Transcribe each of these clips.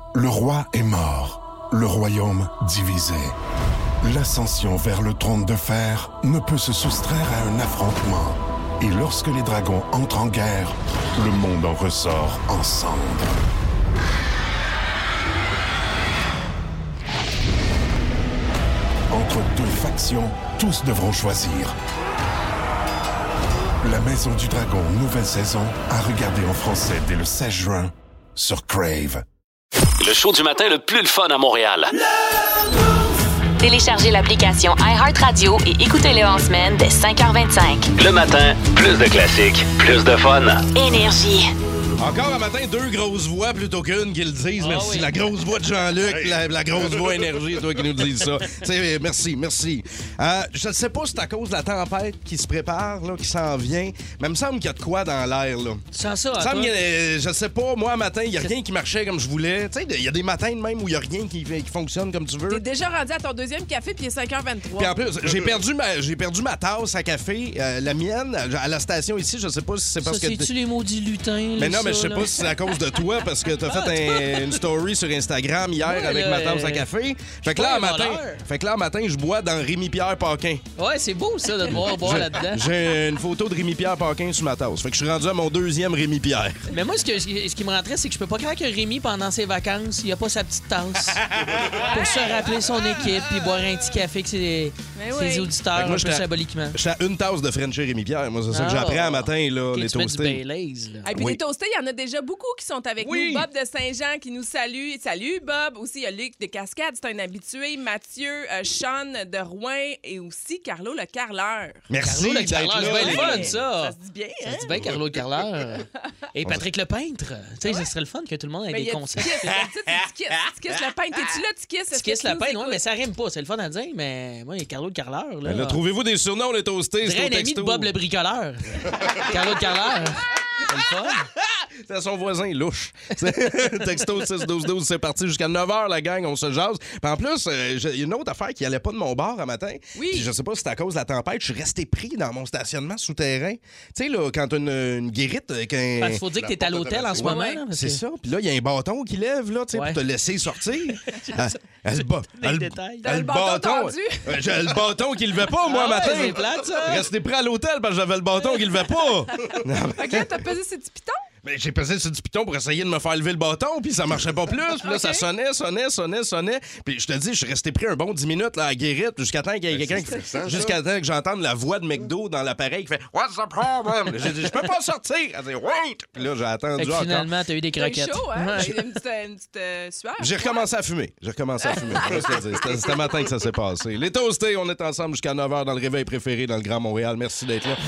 Le roi est mort, le royaume divisé. L'ascension vers le trône de fer ne peut se soustraire à un affrontement. Et lorsque les dragons entrent en guerre, le monde en ressort en cendres. Entre deux factions, tous devront choisir. La Maison du Dragon, nouvelle saison, à regarder en français dès le 16 juin sur Crave. Le show du matin le plus le fun à Montréal. Téléchargez l'application iHeartRadio et écoutez-le en semaine dès 5h25. Le matin, plus de classiques, plus de fun. Énergie. Encore un matin, deux grosses voix plutôt qu'une qui le disent. Merci. Oui. La grosse voix de Jean-Luc, la grosse voix énergie, toi qui nous dis ça. Merci. Je ne sais pas si c'est à cause de la tempête qui se prépare, là, qui s'en vient, mais il me semble qu'il y a de quoi dans l'air. Là. Tu sens ça, je sais pas, moi, un matin, il n'y a rien qui marchait comme je voulais. Tu sais, il y a des matins de même où il n'y a rien qui fonctionne comme tu veux. T'es déjà rendu à ton deuxième café, puis il est 5h23. Puis en plus, j'ai perdu ma tasse à café, la mienne, à la station ici. Je sais pas si c'est parce que... C'est-tu les maudits lutins? Mais non, mais je sais pas si c'est à cause de toi, parce que t'as fait une story sur Instagram hier avec ma tasse à café. Fait que là, un matin, je bois dans Rémi-Pierre Paquin. Ouais, c'est beau, ça, de te boire là-dedans. J'ai une photo de Rémi-Pierre Paquin sur ma tasse. Fait que je suis rendu à mon deuxième Rémi-Pierre. Mais moi, ce qui me rentrait, c'est que je peux pas croire que Rémi, pendant ses vacances, il a pas sa petite tasse pour se rappeler son équipe puis boire un petit café que ses auditeurs, un peu symboliquement. Je suis à une tasse de Frenchie Rémi-Pierre. Moi, c'est ça que j'apprends un matin, là, les toastés. Et puis les toastés, il y en a déjà beaucoup qui sont avec nous. Bob de Saint-Jean qui nous salue. Salut, Bob. Aussi, il y a Luc de Cascade, c'est un habitué. Mathieu, Sean de Rouen et aussi Carlo le Carleur. Merci. Carlo le Carleur, c'est bien le fun, ça. Ça se dit bien, Ça se dit bien, Carlo le Carleur. Et Patrick le peintre. Tu sais, ce serait le fun que tout le monde ait des concepts. Tu kisses le peintre. T'es-tu là, tu kisses? Tu kisses le peintre, oui, mais ça rime pas. C'est le fun à dire, mais moi, il y a Carlo le Carleur. Là, trouvez-vous des surnoms, les toastés? C'est un ami de Bob le bricoleur. Carlo le Carleur. C'est le fun. C'est son voisin louche. Texto 6-12-12, c'est parti jusqu'à 9h, la gang, on se jase. Puis en plus, il y a une autre affaire qui allait pas de mon bar un matin. Oui. Puis je sais pas si c'est à cause de la tempête, je suis resté pris dans mon stationnement souterrain. Tu sais, là, quand t'as une guérite... Il faut dire que t'es à l'hôtel en ce moment. Là, c'est ça. Puis là, il y a un bâton qui lève, là, tu sais, pour te laisser sortir. Le bâton tendu. Le bâton qui levait pas, moi, matin. C'est plate, ça. Resté pris à l'hôtel parce que j'avais le bâton qui levait pas. OK, t'as pesé ces petits pitons? Mais j'ai pesé sur du piton pour essayer de me faire lever le bâton, puis ça marchait pas plus. Puis là, ça sonnait. Puis je te dis, je suis resté pris un bon 10 minutes là, à guérite jusqu'à temps qu'il y ait quelqu'un jusqu'à temps que j'entende la voix de McDo dans l'appareil qui fait « What's the problem? » J'ai dit « Je peux pas sortir. » Elle dit « Wait. » Puis là, j'ai attendu encore. Finalement, t'as eu des croquettes. T'as eu chaud, hein? T'as eu une petite sueur. J'ai recommencé à fumer. C'était matin que ça s'est passé. Les toastés, on est ensemble jusqu'à 9h dans le réveil préféré dans le Grand Montréal. Merci d'être là.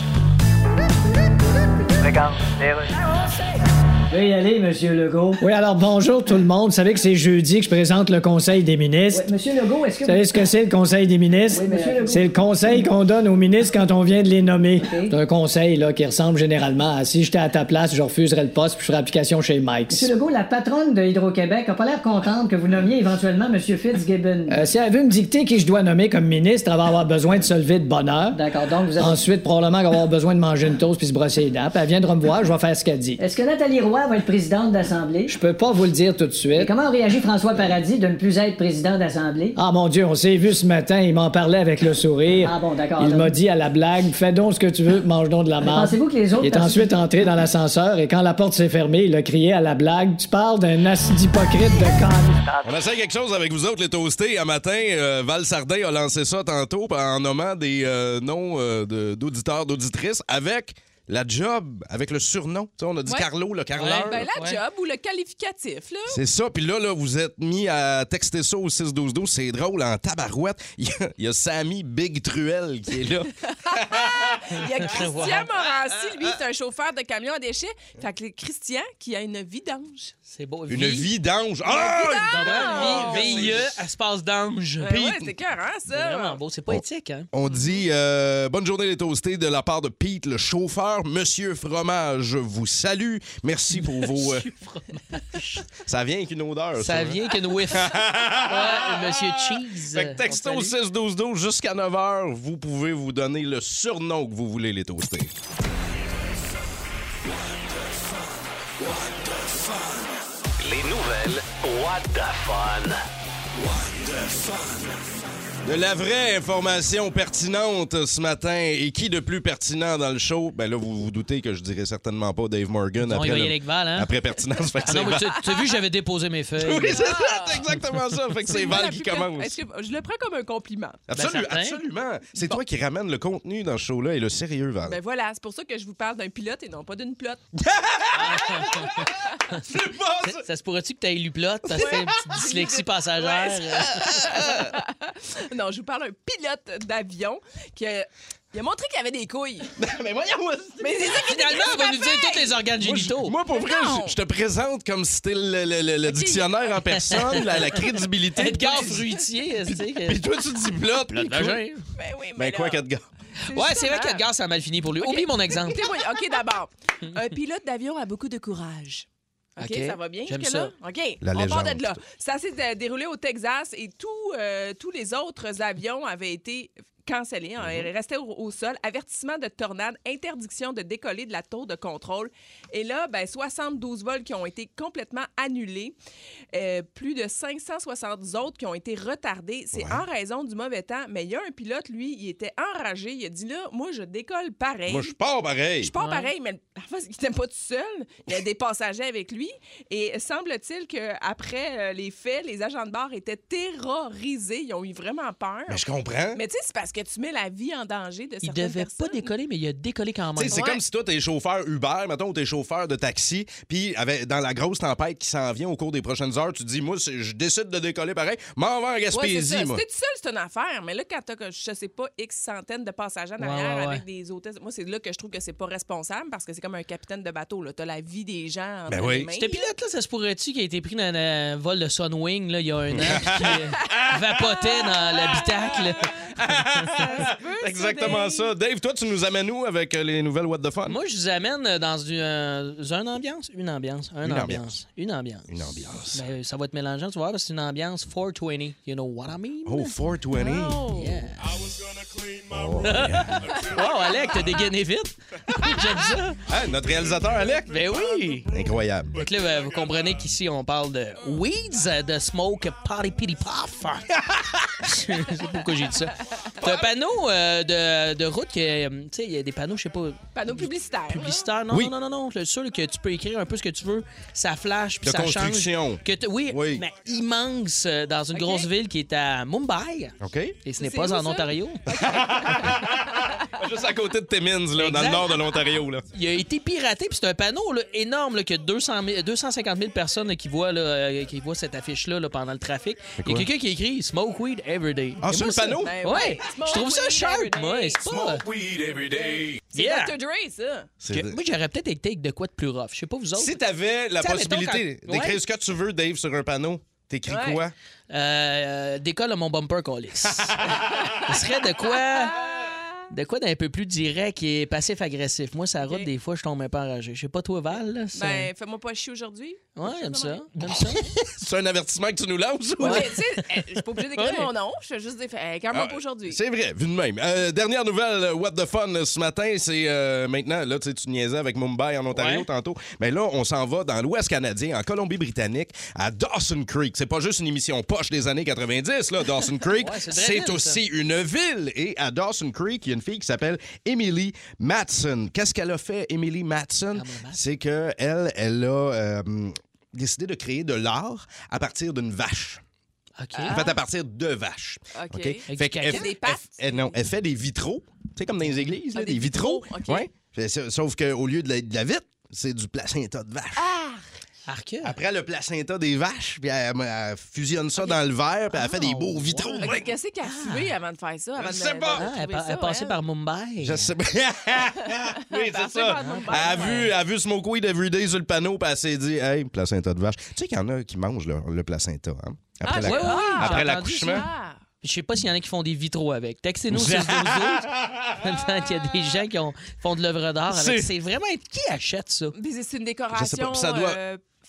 Vous pouvez y aller, Monsieur Legault. Oui, alors bonjour tout le monde. Vous savez que c'est jeudi que je présente le Conseil des ministres. Oui, Monsieur Legault, est-ce que... Vous savez ce que c'est, le Conseil des ministres? Oui, Monsieur Legault. C'est le conseil qu'on donne aux ministres quand on vient de les nommer. Okay. C'est un conseil là, qui ressemble généralement à si j'étais à ta place, je refuserais le poste puis je ferais application chez Mike. Monsieur Legault, la patronne de Hydro-Québec a pas l'air contente que vous nommiez éventuellement Monsieur Fitzgibbon. Si elle veut me dicter qui je dois nommer comme ministre, elle va avoir besoin de se lever de bonne heure. D'accord, donc vous avez... Ensuite, probablement qu'elle va avoir besoin de manger une toast puis se brosser les dents. Puis elle viendra me voir, je vais faire ce qu'elle dit. Est-ce que Nathalie Roy va être présidente d'Assemblée? Je peux pas vous le dire tout de suite. Et comment réagit François Paradis de ne plus être président d'Assemblée? Ah mon Dieu, on s'est vu ce matin, il m'en parlait avec le sourire. Ah bon, d'accord. Il m'a dit à la blague, fais donc ce que tu veux, mange donc de la marde. Pensez-vous que les autres... Il est ensuite entré dans l'ascenseur et quand la porte s'est fermée, il a crié à la blague, tu parles d'un acide hypocrite de con. On essaie quelque chose avec vous autres, les toastés. Un matin, Val Sardin a lancé ça tantôt en nommant des noms d'auditeurs, d'auditrices avec... La job, avec le surnom. Tu sais, on a dit Carlo, le Carleur. Ben, la job ou le qualificatif, là. C'est ça. Puis là, vous êtes mis à texter ça au 6-12-12. C'est drôle, en tabarouette. Il y a Sammy Big Truel qui est là. Il y a Christian Morancy, lui, c'est un chauffeur de camion à déchets. Fait que Christian qui a une vidange. C'est beau. Une vidange. Ah! VIE, espace d'ange. Ouais, c'est écœurant, ça. C'est vraiment beau. C'est poétique, hein? On dit bonne journée, les toastés, de la part de Pete, le chauffeur. Monsieur Fromage vous salue. Merci pour vos... Monsieur Fromage. Ça vient avec une odeur, ça vient avec une whiff. Ouais, Monsieur Cheese. Fait que texto 6-12-12 jusqu'à 9h, vous pouvez vous donner le surnom que vous voulez, les toastés. Les nouvelles What the fun? De la vraie information pertinente ce matin. Et qui de plus pertinent dans le show? Ben là, vous vous doutez que je dirais certainement pas Dave Morgan Non, il va y aller avec Val, hein? après pertinence. Fait que Ah non, mais tu as vu, j'avais déposé mes feuilles. Oui, c'est exactement ça. Fait que c'est Val qui commence. Est-ce que je le prends comme un compliment? Absolument. C'est toi qui ramène le contenu dans ce show-là et le sérieux, Val. Ben voilà, c'est pour ça que je vous parle d'un pilote et non pas d'une plotte. C'est pas ça! Ça se pourrait-tu que tu aies lu plot parce que c'est une petite dyslexie passagère? Non, je vous parle d'un pilote d'avion qui a montré qu'il avait des couilles. Mais voyons, Mais c'est ça qui Finalement, on va nous dire tous les organes génitaux. moi, pour vrai, je te présente comme si c'était le dictionnaire en personne, la crédibilité. Edgar Fruitier, tu sais. Puis toi, tu dis plot. Plot vagin. Ben oui, Ben quoi qu'Edgar? Ouais, c'est vrai qu'Edgar, ça a mal fini pour lui. Oublie mon exemple. OK, d'abord. Un pilote d'avion a beaucoup de courage. OK, ça va bien J'aime jusque-là? ça. OK, La on part légende. de là. Ça s'est déroulé au Texas et tous les autres avions avaient été cancellés, hein, restaient au sol. Avertissement de tornade, interdiction de décoller de la tour de contrôle. Et là, 72 vols qui ont été complètement annulés. Plus de 560 autres qui ont été retardés. C'est en raison du mauvais temps. Mais il y a un pilote, lui, il était enragé. Il a dit, là, moi, je décolle pareil. Moi, je pars pareil. Je pars pareil, mais en fait, il n'était pas tout seul. Il y a des passagers avec lui. Et semble-t-il qu'après les faits, les agents de bord étaient terrorisés. Ils ont eu vraiment peur. Mais je comprends. Mais tu sais, c'est parce que tu mets la vie en danger de Il certaines devait personnes. pas décoller, mais il a décollé quand Tu sais, même. c'est comme si toi, t'es chauffeur Uber, mettons, ou t'es chauffeur de taxi, puis dans la grosse tempête qui s'en vient au cours des prochaines heures, tu te dis, moi, je décide de décoller pareil, m'en vais en Ouais, c'est Gaspésie, ça. moi. Si t'es tout seul, c'est une affaire. Mais là, quand t'as, je sais pas, X centaines de passagers en arrière ouais. avec des hôtesses, moi, c'est là que je trouve que c'est pas responsable parce que c'est comme un capitaine de bateau. T'as la vie des gens entre les mains. Ce pilote-là, ça se pourrait-tu qu'il a été pris dans un vol de Sunwing là, il y a un an puis qui vapotait dans l'habitacle? Exactement ça. Dave, toi, tu nous amènes où avec les nouvelles What the Fun? Moi, je vous amène dans une ambiance. Une ambiance. Ben, ça va être mélangeant, tu vois, parce que c'est une ambiance 420. You know what I mean? Oh, 420. Oh. Yeah. Wow, Alec, t'as dégainé vite. J'aime ça. Ah, notre réalisateur, Alec. Ben oui. Incroyable. Donc là, vous comprenez qu'ici, on parle de weeds, de smoke, party pitty puff. Je sais pas pourquoi j'ai dit ça. C'est un panneau de route qui tu sais, il y a des panneaux, je sais pas. Panneau publicitaire. Publicitaire, non, Oui. non. C'est sûr que tu peux écrire un peu ce que tu veux. Ça flash, puis De ça construction. change. Oui, mais immense dans une grosse ville qui est à Mumbai. OK. Et ce n'est C'est pas où, en ça? Ontario. Juste à côté de Timmins, là, dans Exact. le nord de l'Ontario. Là. Il a été piraté, puis c'est un panneau là, énorme là, que 250 000 personnes là, qui voient cette affiche-là là, pendant le trafic. Il y a quelqu'un qui écrit « Smoke weed every day ». Ah, sur le panneau? Ben Ouais, Smoke je trouve ça weed sharp, every moi. day. C'est pas... C'est Yeah. Dr. Dre, ça. Moi, j'aurais peut-être été avec de quoi de plus rough. Je sais pas, vous autres. Si t'avais la T'sais, possibilité mettons, quand- d'écrire Ouais. ce que tu veux, Dave, sur un panneau, t'écris Ouais. quoi? Décolle à mon bumper, Colis. Ce serait de quoi... De quoi d'un peu plus direct et passif-agressif. Moi, ça route, Ok. des fois, je tombe un peu enragé. Je sais pas, toi, Val, là, Ben, fais-moi pas chier aujourd'hui. Ouais, j'aime ça. J'aime ça. C'est un avertissement que tu nous lances? ou? Mais tu sais, je suis pas obligée d'écrire Ouais. mon nom. Je fais juste dire, calme-moi pas aujourd'hui. C'est vrai, vu de même. Dernière nouvelle, What the Fun ce matin, c'est maintenant, là, tu niaisais avec Mumbai en Ontario Ouais. tantôt. Mais là, on s'en va dans l'Ouest canadien, en Colombie-Britannique, à Dawson Creek. C'est pas juste une émission poche des années 90, là, Dawson Creek. Ouais, c'est très c'est ville, aussi une ville. Et à Dawson Creek, il y a une fille qui s'appelle Emily Matson. Qu'est-ce qu'elle a fait, Emily Matson? C'est qu'elle a décidé de créer de l'art à partir d'une vache. OK. En fait, à partir de vaches. OK. OK? Avec Fait du qu'elle caca. Des pattes? elle fait des vitraux, tu sais, comme dans les églises, là, des des vitraux. vitraux, OK. Ouais. Sauf qu'au lieu de la vitre, c'est du placenta de vache. Arc. Après le placenta des vaches, puis elle fusionne ça dans le verre, puis elle fait des beaux vitraux. OK, Ouais. qu'est-ce qu'elle a fumé avant de faire ça? Avant Je de sais pas. Ah, elle est passée par Mumbai. Je sais pas. Oui, c'est Passé ça. par Mumbai, Elle a vu Smoke Weed Everyday sur le panneau, puis elle s'est dit, hey, placenta de vache. Tu sais qu'il y en a qui mangent le placenta, hein? Après ouais, ouais, après j'ai entendu l'accouchement. Ah! Je sais pas s'il y en a qui font des vitraux avec. Textez-nous sur 12 autres. Il y a des gens qui font de l'œuvre d'art avec. C'est- C'est vraiment... Qui achète ça? Puis c'est une Je sais décoration pas, puis ça doit-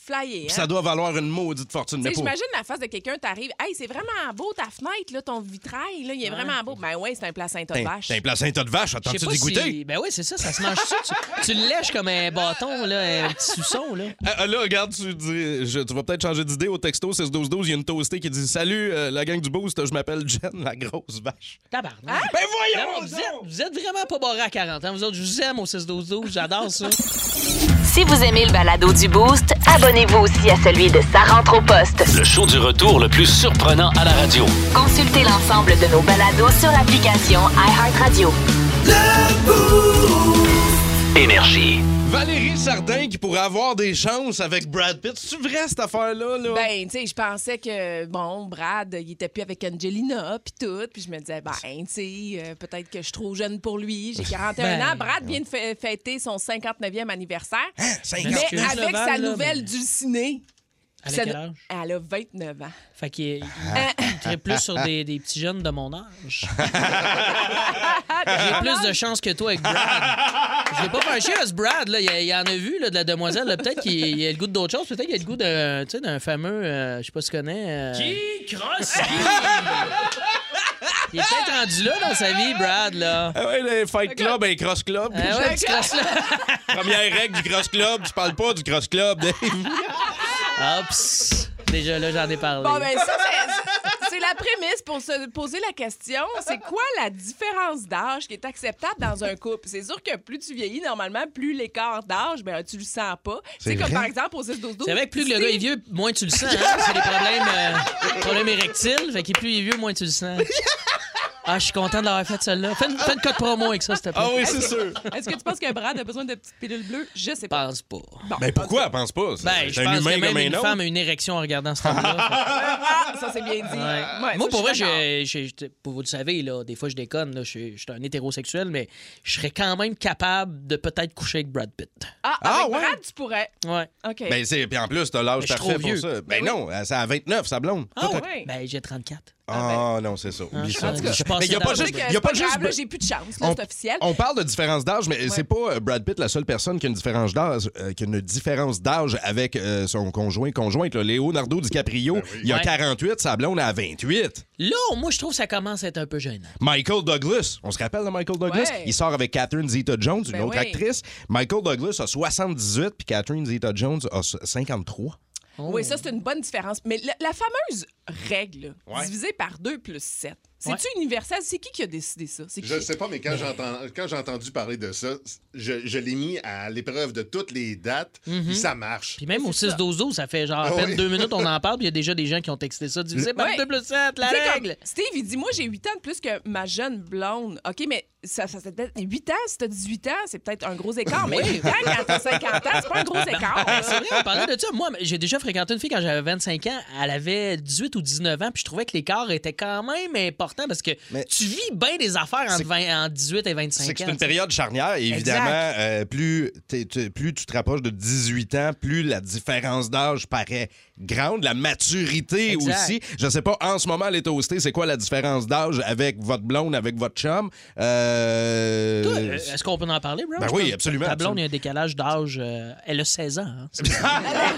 flyé. Puis Hein? ça doit valoir une maudite fortune. Mais pour... J'imagine la face de quelqu'un, t'arrives, hey, c'est vraiment beau ta fenêtre, là, ton vitrail, là, il est vraiment beau. Ben oui, c'est un placenta de vache. T'as un placenta de vache, Je sais attends-tu pas dégoûter? si... Ben oui, c'est ça se mange-tu? Tu le lèches comme un bâton, là, un petit sousson, là. Là, regarde, tu vas peut-être changer d'idée au texto 6-12-12. Il y a une toastée qui dit « Salut, la gang du Boost, je m'appelle Jen, la grosse vache. » Tabarnak. Ben voyons! Vous êtes vraiment pas barrés à 40 ans. Vous autres, je vous aime au 6-12-12. J'adore ça. Si vous aimez le balado du Boost, abonnez-vous aussi à celui de Sa rentre au poste. Le show du retour le plus surprenant à la radio. Consultez l'ensemble de nos balados sur l'application iHeartRadio. Énergie. Valérie Sardin qui pourrait avoir des chances avec Brad Pitt. C'est-tu vrai, cette affaire-là? Là? Ben, tu sais, je pensais que, bon, Brad, il était plus avec Angelina, puis tout. Puis je me disais, ben, tu sais, peut-être que je suis trop jeune pour lui. J'ai 41 ans. Brad vient de fêter son 59e anniversaire. Hein? Mais Excuse avec le sa Val, là, nouvelle mais- du ciné. Elle a quel âge? Elle a 29 ans. Fait qu'il crée plus sur des petits jeunes de mon âge. J'ai plus de chance que toi avec Brad. Je l'ai pas fâché à ce Brad. Là. Il en a vu là, de la demoiselle. Là. Peut-être qu'il a le goût d'autre chose. Peut-être qu'il a le goût d'un fameux... je sais pas si tu connais... Qui crosse? Il est peut-être rendu là dans sa vie, Brad. Là. Ah ouais, le Fight Club, un Cross Club. Ah ouais, tu crosses là. Première règle du Cross Club, tu parles pas du Cross Club, Dave. Oups. Déjà là, j'en ai parlé. Bon, ben, ça, c'est la prémisse pour se poser la question. C'est quoi la différence d'âge qui est acceptable dans un couple? C'est sûr que plus tu vieillis, normalement, plus l'écart d'âge, ben, tu le sens pas. C'est comme, vrai? par exemple, au 6-12-12. C'est vrai que plus le gars est vieux, moins tu le sens. Hein? C'est des problèmes érectiles. Fait que plus il est vieux, moins tu le sens. Ah, je suis content de l'avoir fait celle-là. Fais une code promo avec ça, s'il te plaît. Ah oui, c'est sûr. Est-ce que tu penses que Brad a besoin de petites pilules bleues? Je sais pas. pense pas. Bon. Ben pourquoi? Elle pense pas. Ben, C'est je un pense humain que même comme un une autre. femme a une érection en regardant ce film-là. Ah, ça, c'est bien dit. Ouais. Ouais, Moi, ça, pour vrai, je suis d'accord. vous le savez, là, des fois, je déconne. Là, je suis un hétérosexuel, mais je serais quand même capable de peut-être coucher avec Brad Pitt. Ah, Ah, avec ouais? Brad, tu pourrais. Ouais. OK. Ben, puis en plus, t'as l'âge Mais je suis parfait trop pour vieux. ça. Ben non, c'est à 29, sa blonde. Ah, Toi, ouais. Ben, j'ai 34. Ah non, c'est ça. Oublie ça. En tout cas, je passe Mais il n'y a dans pas le juste... débat. y a pas juste... grave, là, j'ai plus de chance, là, c'est officiel. On parle de différence d'âge, mais c'est pas Brad Pitt la seule personne qui a une différence d'âge, avec son conjointe. Là. Leonardo DiCaprio, il a Ouais. 48, sa blonde a 28. Là, moi, je trouve que ça commence à être un peu gênant. Michael Douglas, on se rappelle de Michael Douglas? Ouais. Il sort avec Catherine Zeta-Jones, une Ben autre oui. actrice. Michael Douglas a 78, puis Catherine Zeta-Jones a 53. Oui, ça, c'est une bonne différence. Mais la fameuse règle, Ouais. divisée par 2 plus 7, c'est-tu universel? C'est qui a décidé ça? C'est qui? Je ne sais pas, mais quand j'ai entendu parler de ça, je l'ai mis à l'épreuve de toutes les dates, puis ça marche. Puis même au C'est ça. 6-12-12, ça fait genre à Ah peine oui. 2 minutes on en parle, puis il y a déjà des gens qui ont texté ça. Divisé par Ouais. 2 plus 7, la Tu sais, comme règle. Steve, il dit, moi, j'ai 8 ans de plus que ma jeune blonde. OK, mais ça c'est peut-être 8 ans, si t'as 18 ans, c'est peut-être un gros écart. Mais 8 ans, quand t'as 50 ans, c'est pas un gros écart. Ben, c'est vrai, on parlait de ça. Moi, j'ai déjà fréquenté une fille quand j'avais 25 ans. Elle avait 18 ou 19 ans, puis je trouvais que l'écart était quand même important parce que Mais- tu vis bien des affaires entre 18 et 25 ans. C'est que c'est une tu sais. période charnière. Et évidemment, plus tu te rapproches de 18 ans, plus la différence d'âge paraît grande. La maturité Exact. aussi. Je sais pas, en ce moment, les toastés, c'est quoi la différence d'âge avec votre blonde, avec votre chum? Toi, est-ce qu'on peut en parler, bro? Ben Je oui, pense. absolument, Ta blonde, absolument. il y a un décalage d'âge. Elle a 16 ans. Hein? C'est full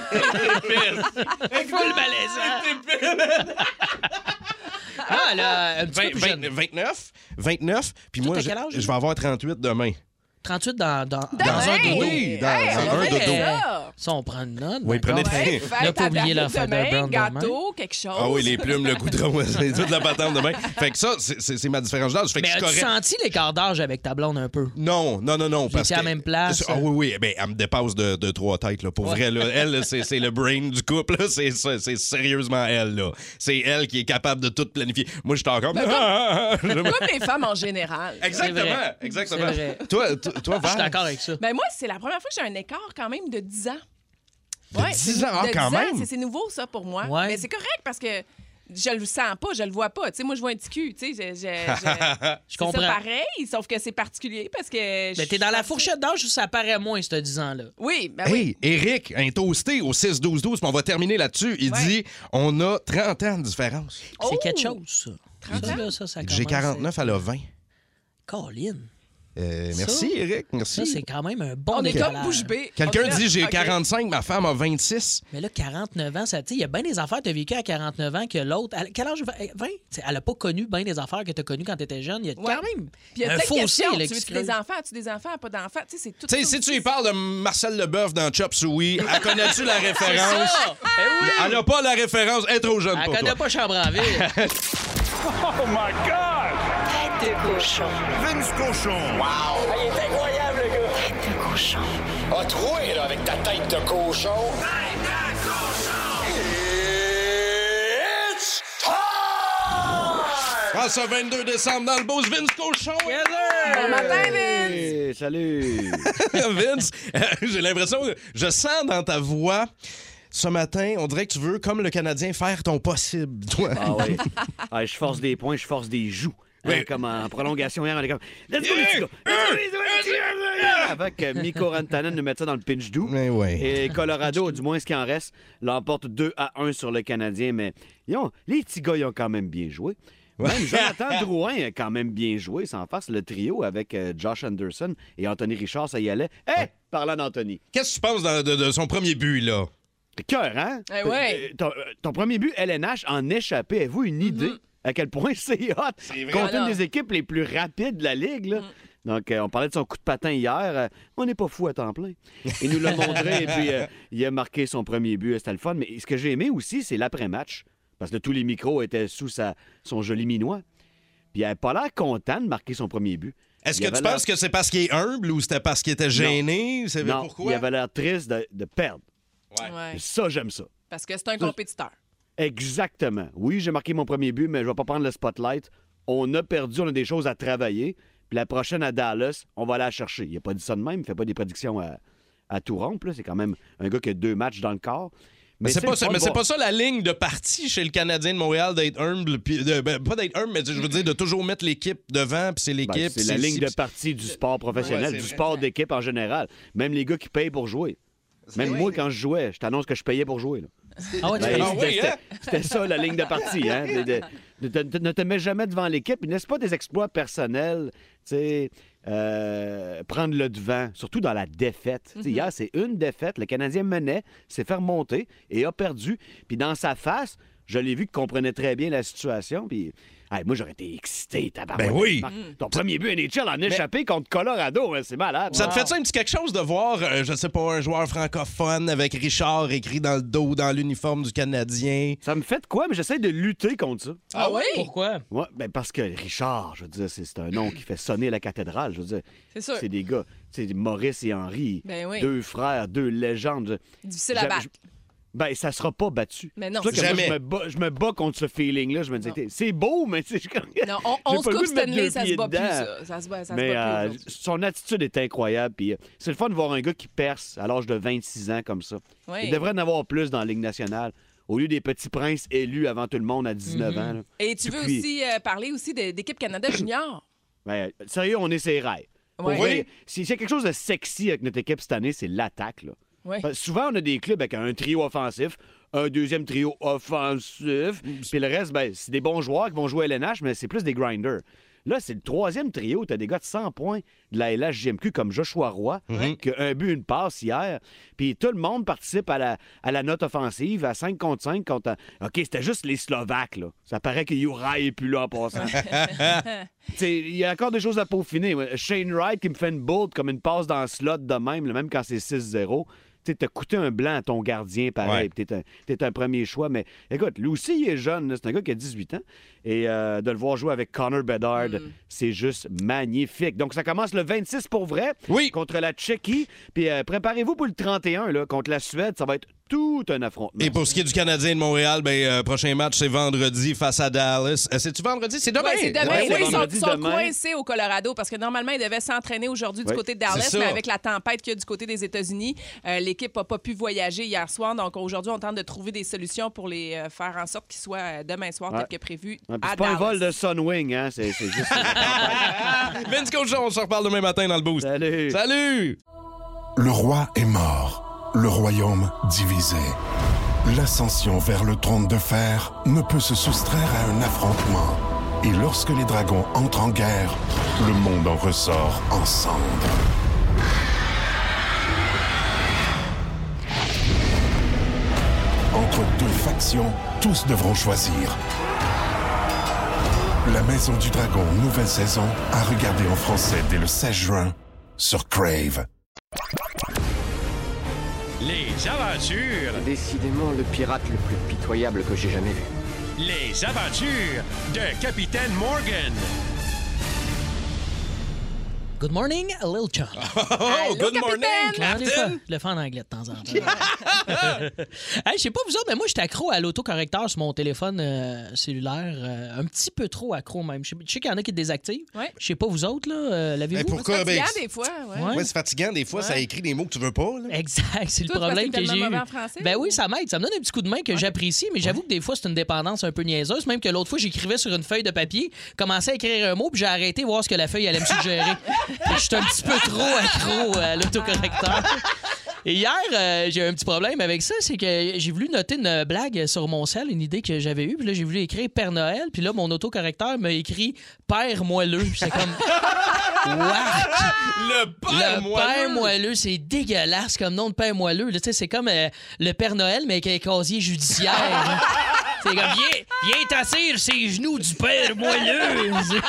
malaisant. Ah, elle a un petit peu plus jeune. 29. Puis moi, t'as je quel âge, vais avoir 38 demain. 38 dans un dodo. Oui, dans Hey, un ouais, dodo. ça. Ça, on prend une note. Oui, prenez d'accord. de Ouais, fin. fête Là, pas à oublier la fête de demain, Brown demain. gâteau, quelque chose. Ah oui, les plumes, le goudron, c'est toute la patente demain. Fait que ça, c'est ma différence d'âge. Fait que Mais je suis as-tu correct. senti l'écart d'âge avec ta blonde un peu? Non. Parce étiez à la que- même place? Ah oui. Ben, elle me dépasse de 3 têtes, là. Pour vrai, là. Elle, là, c'est le brain du couple, là. C'est sérieusement elle, là. C'est elle qui est capable de tout planifier. Moi, je suis encore... Comme les femmes en général. Exactement. C'est vrai. Toi, Je suis Val? d'accord avec ça. Ben moi, c'est la première fois que j'ai un écart quand même de 10 ans. De 10 ans? Ah, de quand 10 ans, même? c'est nouveau, ça, pour moi. Ouais. Mais c'est correct parce que je le sens pas, je le vois pas. Tu sais, moi, je vois un petit cul. Tu sais, Je comprends. C'est ça pareil, sauf que c'est particulier parce que... Mais t'es dans la fourchette d'âge où ça paraît moins, ce 10 ans-là. Oui, ben oui. Hey, Eric, un toasté au 6-12-12, puis on va terminer là-dessus. Il Ouais. dit, on a 30 ans de différence. C'est Oh! quelque chose, ça. 30 Ça, ans? là, ça J'ai commence à- 49, elle a 20. Colin. Merci, Eric. Merci. Ça, c'est quand même un bon On est décalage. comme bouche bée. Quelqu'un dit j'ai OK. 45, ma femme a 26. Mais là, 49 ans, il y a bien des affaires que tu as vécues à 49 ans que l'autre. Quel âge? 20? T'sais, elle n'a pas connu bien des affaires que tu as connues quand tu étais jeune. Il y a quand même Puis il y a un plein de fossé. questions. Là, Tu qui se veux-tu creuse. des enfants? As-tu des enfants? Pas d'enfants? Tu sais, c'est tout Tu sais, ça si aussi. tu lui parles de Marcel Leboeuf dans Chop Suey, elle connais-tu la référence? Ça! Eh oui! Elle n'a pas la référence, elle est trop jeune Elle pour connaît toi. pas Chambranville. Tête de cochon. Vince Cochon. Wow! Il est incroyable, le gars. Tête de cochon. A troué, là, avec ta tête de cochon. Tête de cochon! It's time! Ah, ce 22 décembre dans le Beauce, Vince Cochon. Bon matin, Vince! Hey, salut! Vince, j'ai l'impression que je sens dans ta voix ce matin, on dirait que tu veux, comme le Canadien, faire ton possible, toi. Ah oui. Ah, je force des points, je force des joues. Oui. Hein, comme en prolongation hier, on est comme Let's go, les petits gars! Let's go! Avec Mikko Rantanen nous met ça dans le pinch doux. Mais ouais. Et Colorado, du moins ce qui en reste, l'emporte 2-1 sur le Canadien. Mais les petits gars, ils ont quand même bien joué. Même Jonathan Drouin a quand même bien joué. Sans face, le trio avec Josh Anderson et Anthony Richard, ça y allait. Hey! Parlant d'Anthony. Qu'est-ce que tu penses de son premier but, là? Cœur, hein? Eh ouais. Ton premier but, LNH, en échappé. Avez-vous une idée à quel point c'est hot? vrai. Contre une Alors. des équipes les plus rapides de la Ligue, là. Donc, on parlait de son coup de patin hier. On n'est pas fou à temps plein. Il nous l'a montré et puis il a marqué son premier but. C'était le fun. Mais ce que j'ai aimé aussi, c'est l'après-match. Parce que tous les micros étaient sous son joli minois. Puis il n'avait pas l'air content de marquer son premier but. Est-ce Il que tu avait penses que c'est parce qu'il est humble ou c'était parce qu'il était gêné? C'est Non, pourquoi? il avait l'air triste de perdre. Ouais. Et ça, j'aime ça. Parce que c'est un compétiteur. Exactement. Oui, j'ai marqué mon premier but, mais je vais pas prendre le spotlight. On a perdu, on a des choses à travailler. Puis la prochaine à Dallas, on va aller la chercher. Il a pas dit ça de même, il fait pas des prédictions à tout rompre. là. C'est quand même un gars qui a 2 matchs dans le corps. Mais c'est pas le ça, fun mais de c'est voir- pas ça la ligne de partie chez le Canadien de Montréal d'être humble, puis pas d'être humble, mais je veux dire de toujours mettre l'équipe devant, puis c'est Ben, l'équipe. c'est la ligne de partie du sport professionnel, Ouais, c'est du vrai. sport d'équipe en général. Même les gars qui payent pour jouer. Même moi, quand je jouais, je t'annonce que je payais pour jouer. Là. Ah ouais, tu Ben, peux- Ah oui, c'était- hein? C'était ça, la ligne de partie. Hein? Ne te mets jamais devant l'équipe. Il n'est pas des exploits personnels. Tu sais, prendre le devant, surtout dans la défaite. Tu sais, hier, c'est une défaite. Le Canadien menait, s'est fait remonter et a perdu. Puis dans sa face, je l'ai vu qu'il comprenait très bien la situation. Puis moi, j'aurais été excité, tabarouette. Ben oui. Marc, ton premier but NHL en échappé contre Colorado, hein, c'est malade. Ça te fait ça un petit quelque chose de voir, je sais pas, un joueur francophone avec Richard écrit dans le dos, dans l'uniforme du Canadien? Ça me fait de quoi, mais j'essaie de lutter contre ça. Ah oui? Pourquoi? Ouais, ben parce que Richard, je veux dire, c'est un nom qui fait sonner la cathédrale. Je veux dire, C'est sûr. c'est des gars, c'est Maurice et Henri, Ben oui. 2 frères, 2 légendes. Difficile à J'a- battre. Ben, ça sera pas battu. Mais non. C'est pour ça que moi, Jamais. je me bats contre ce feeling-là. Je me dis, c'est beau, mais c'est Non, on se pas le goût coupe de mettre Stanley, deux ça se pieds bat plus, dedans. ça. Ça se bat Mais plus. aujourd'hui. son attitude est incroyable. Puis c'est le fun de voir un gars qui perce à l'âge de 26 ans comme ça. Oui. Il devrait en avoir plus dans la Ligue nationale. Au lieu des petits princes élus avant tout le monde à 19 ans. là. Et tu veux Puis- aussi parler aussi d'équipe Canada Junior? Ben, sérieux, on est ses rails. Pour Ouais. vrai, s'il y a quelque chose de sexy avec notre équipe cette année, c'est l'attaque. là. Oui. Parce que souvent, on a des clubs avec un trio offensif, un deuxième trio offensif, puis le reste, ben, c'est des bons joueurs qui vont jouer à LNH, mais c'est plus des grinders. Là, c'est le troisième trio. T'as des gars de 100 points de la LHJMQ comme Joshua Roy, qui a un but, une passe hier. Puis tout le monde participe à la note offensive, à 5 contre 5. OK, c'était juste les Slovaques, là. Ça paraît que Uri est plus là en passant. T'sais, il y a encore des choses à peaufiner. Shane Wright qui me fait une bourde comme une passe dans le slot de même, là, même quand c'est 6-0. Tu t'as coûté un blanc à ton gardien, pareil. Ouais. T'es un premier choix. Mais écoute, lui aussi, il est jeune. là. C'est un gars qui a 18 ans. Et de le voir jouer avec Connor Bedard, c'est juste magnifique. Donc, ça commence le 26 pour vrai Oui. contre la Tchéquie. Puis préparez-vous pour le 31 là, contre la Suède. Ça va être tout un affrontement. Et pour ce qui est du Canadien de Montréal, prochain match, c'est vendredi face à Dallas. C'est-tu vendredi? C'est demain? Ouais, c'est demain. Ouais, c'est Oui, ils vendredi sont demain. coincés au Colorado parce que normalement, ils devaient s'entraîner aujourd'hui du Ouais, côté de c'est Dallas, ça. mais avec la tempête qu'il y a du côté des États-Unis, l'équipe n'a pas pu voyager hier soir. Donc aujourd'hui, on tente de trouver des solutions pour les faire en sorte qu'ils soient demain soir, Ouais. tel que prévu. Ouais, puis à c'est pas un Dallas. vol de Sunwing, hein? C'est juste... Vince Cochon, on se reparle demain matin dans le boost. Salut! Salut! Le roi est mort, le royaume divisé. L'ascension vers le trône de fer ne peut se soustraire à un affrontement. Et lorsque les dragons entrent en guerre, le monde en ressort en cendres. Entre deux factions, tous devront choisir. La Maison du Dragon, nouvelle saison, à regarder en français dès le 16 juin sur Crave. Les aventures. Décidément le pirate le plus pitoyable que j'ai jamais vu. Les aventures de Capitaine Morgan. Good morning, a little chum. Oh, good morning, Des fois, Captain. je le fais en anglais de temps en temps. Hey, je sais pas vous autres, mais moi, je suis accro à l'autocorrecteur sur mon téléphone cellulaire. Un petit peu trop accro, même. Je sais qu'il y en a qui le désactivent. Ouais. Je sais pas vous autres, là. L'avez-vous? Hey, pourquoi? C'est Ben, fatigant des fois. Ouais. ouais, c'est fatigant. Des fois, ça écrit des mots que tu veux pas. Là. Exact, c'est le Toi, problème parce que t'es j'ai eu. tellement mauvais en français, Ben ou? oui, ça m'aide. Ça me donne un petit coup de main que j'apprécie, mais j'avoue que des fois, c'est une dépendance un peu niaiseuse. Même que l'autre fois, j'écrivais sur une feuille de papier, commençais à écrire un mot, puis j'ai arrêté voir ce que la feuille allait me suggérer. Je suis un petit peu trop accro à l'autocorrecteur. Et hier, j'ai eu un petit problème avec ça, c'est que j'ai voulu noter une blague sur mon cell, une idée que j'avais eue, puis là, j'ai voulu écrire Père Noël, puis là, mon autocorrecteur m'a écrit Père moelleux. C'est comme... What? Le père moelleux. Père moelleux, c'est dégueulasse comme nom de père moelleux. Là, c'est comme le Père Noël, mais avec un casier judiciaire. C'est comme, viens t'asseoir ses genoux du père moelleux.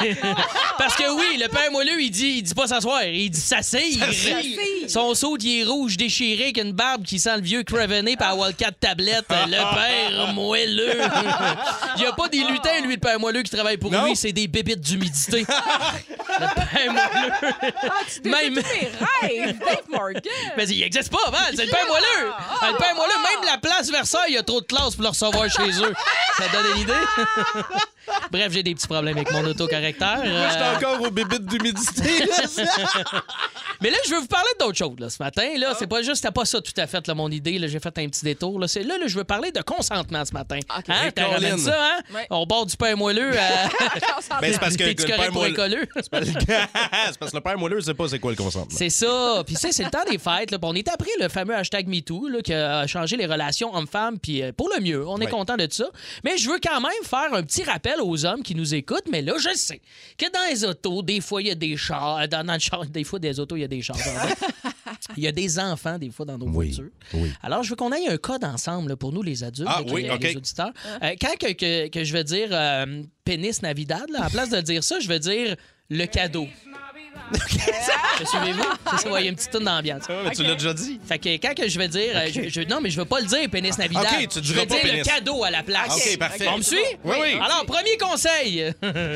Parce que oui, le père moelleux, il dit pas s'asseoir, il dit s'asseoir. Son saut, il est rouge, déchiré, avec une barbe qui sent le vieux Crevené par Wildcat Tablette. Le père moelleux. Il n'y a pas des lutins, lui, le père moelleux, qui travaille pour lui, c'est des bébites d'humidité. Le père moelleux. Tu t'es tous mes rêves, Dave Morgan. Mais il n'existe pas, man. C'est le père moelleux. Le père moelleux, même la place Versailles, il y a trop de classe pour le recevoir chez eux. Ça te donne une idée? Bref, j'ai des petits problèmes avec mon autocorrecteur. Moi, j'étais encore aux bébites d'humidité. Mais là, je veux vous parler d'autre chose là, ce matin. Là, c'est pas juste, c'était pas ça tout à fait, là, mon idée. Là, j'ai fait un petit détour. Là, là, je veux parler de consentement ce matin. Okay. Hein? T'as ramène ça, hein? Ouais. On bord du père moelleux à... Ben, c'est parce que T'es-tu correct pour écoleux? C'est parce que le père moelleux, c'est pas c'est quoi le consentement. C'est ça. Puis c'est le temps des fêtes. Là. On est après le fameux hashtag MeToo là, qui a changé les relations hommes-femmes, puis pour le mieux. On est content de ça. Mais je veux quand même faire un petit rappel aux hommes qui nous écoutent. Mais là, je sais que dans les autos, des fois, il y a des chars. Dans le char, des fois, des autos, il y a des chars. Il y a des enfants, des fois, dans nos voitures. Oui. Alors, je veux qu'on aille un code ensemble là, pour nous, les adultes, Ah, là, oui, OK. les auditeurs. Quand que je vais dire pénis Navidad, là, en place de dire ça, je vais dire le cadeau. Me suivez-vous? C'est ça, il y a une petite toune d'ambiance. Mais tu l'as déjà dit. Fait que quand que je vais dire... non, mais je veux pas le dire, pénis Navidad. OK, tu je diras vais pas dire pénis. le cadeau à la place. OK, parfait. On me suit? Oui. Alors, premier conseil.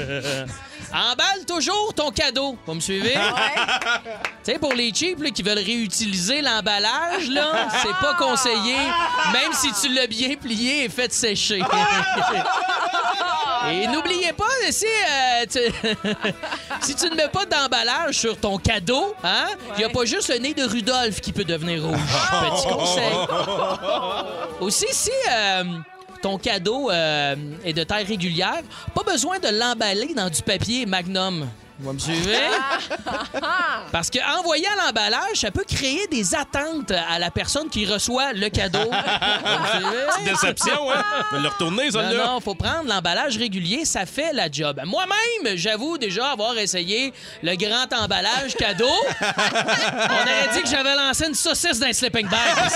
Emballe toujours ton cadeau. Vous me suivez? Tu sais, pour les cheap là, qui veulent réutiliser l'emballage, là, c'est pas conseillé, même si tu l'as bien plié et fait sécher. Et n'oubliez pas, si tu ne mets pas d'emballage sur ton cadeau, hein, il n'y a pas juste le nez de Rudolph qui peut devenir rouge. Petit conseil. Aussi, si ton cadeau est de taille régulière, pas besoin de l'emballer dans du papier Magnum. Vous me suivez? Parce qu'envoyer à l'emballage, ça peut créer des attentes à la personne qui reçoit le cadeau. Petite déception, hein? Je vais le retourner, ça, là. Non, faut prendre l'emballage régulier, ça fait la job. Moi-même, j'avoue déjà avoir essayé le grand emballage cadeau. On aurait dit que j'avais lancé une saucisse dans un sleeping bag.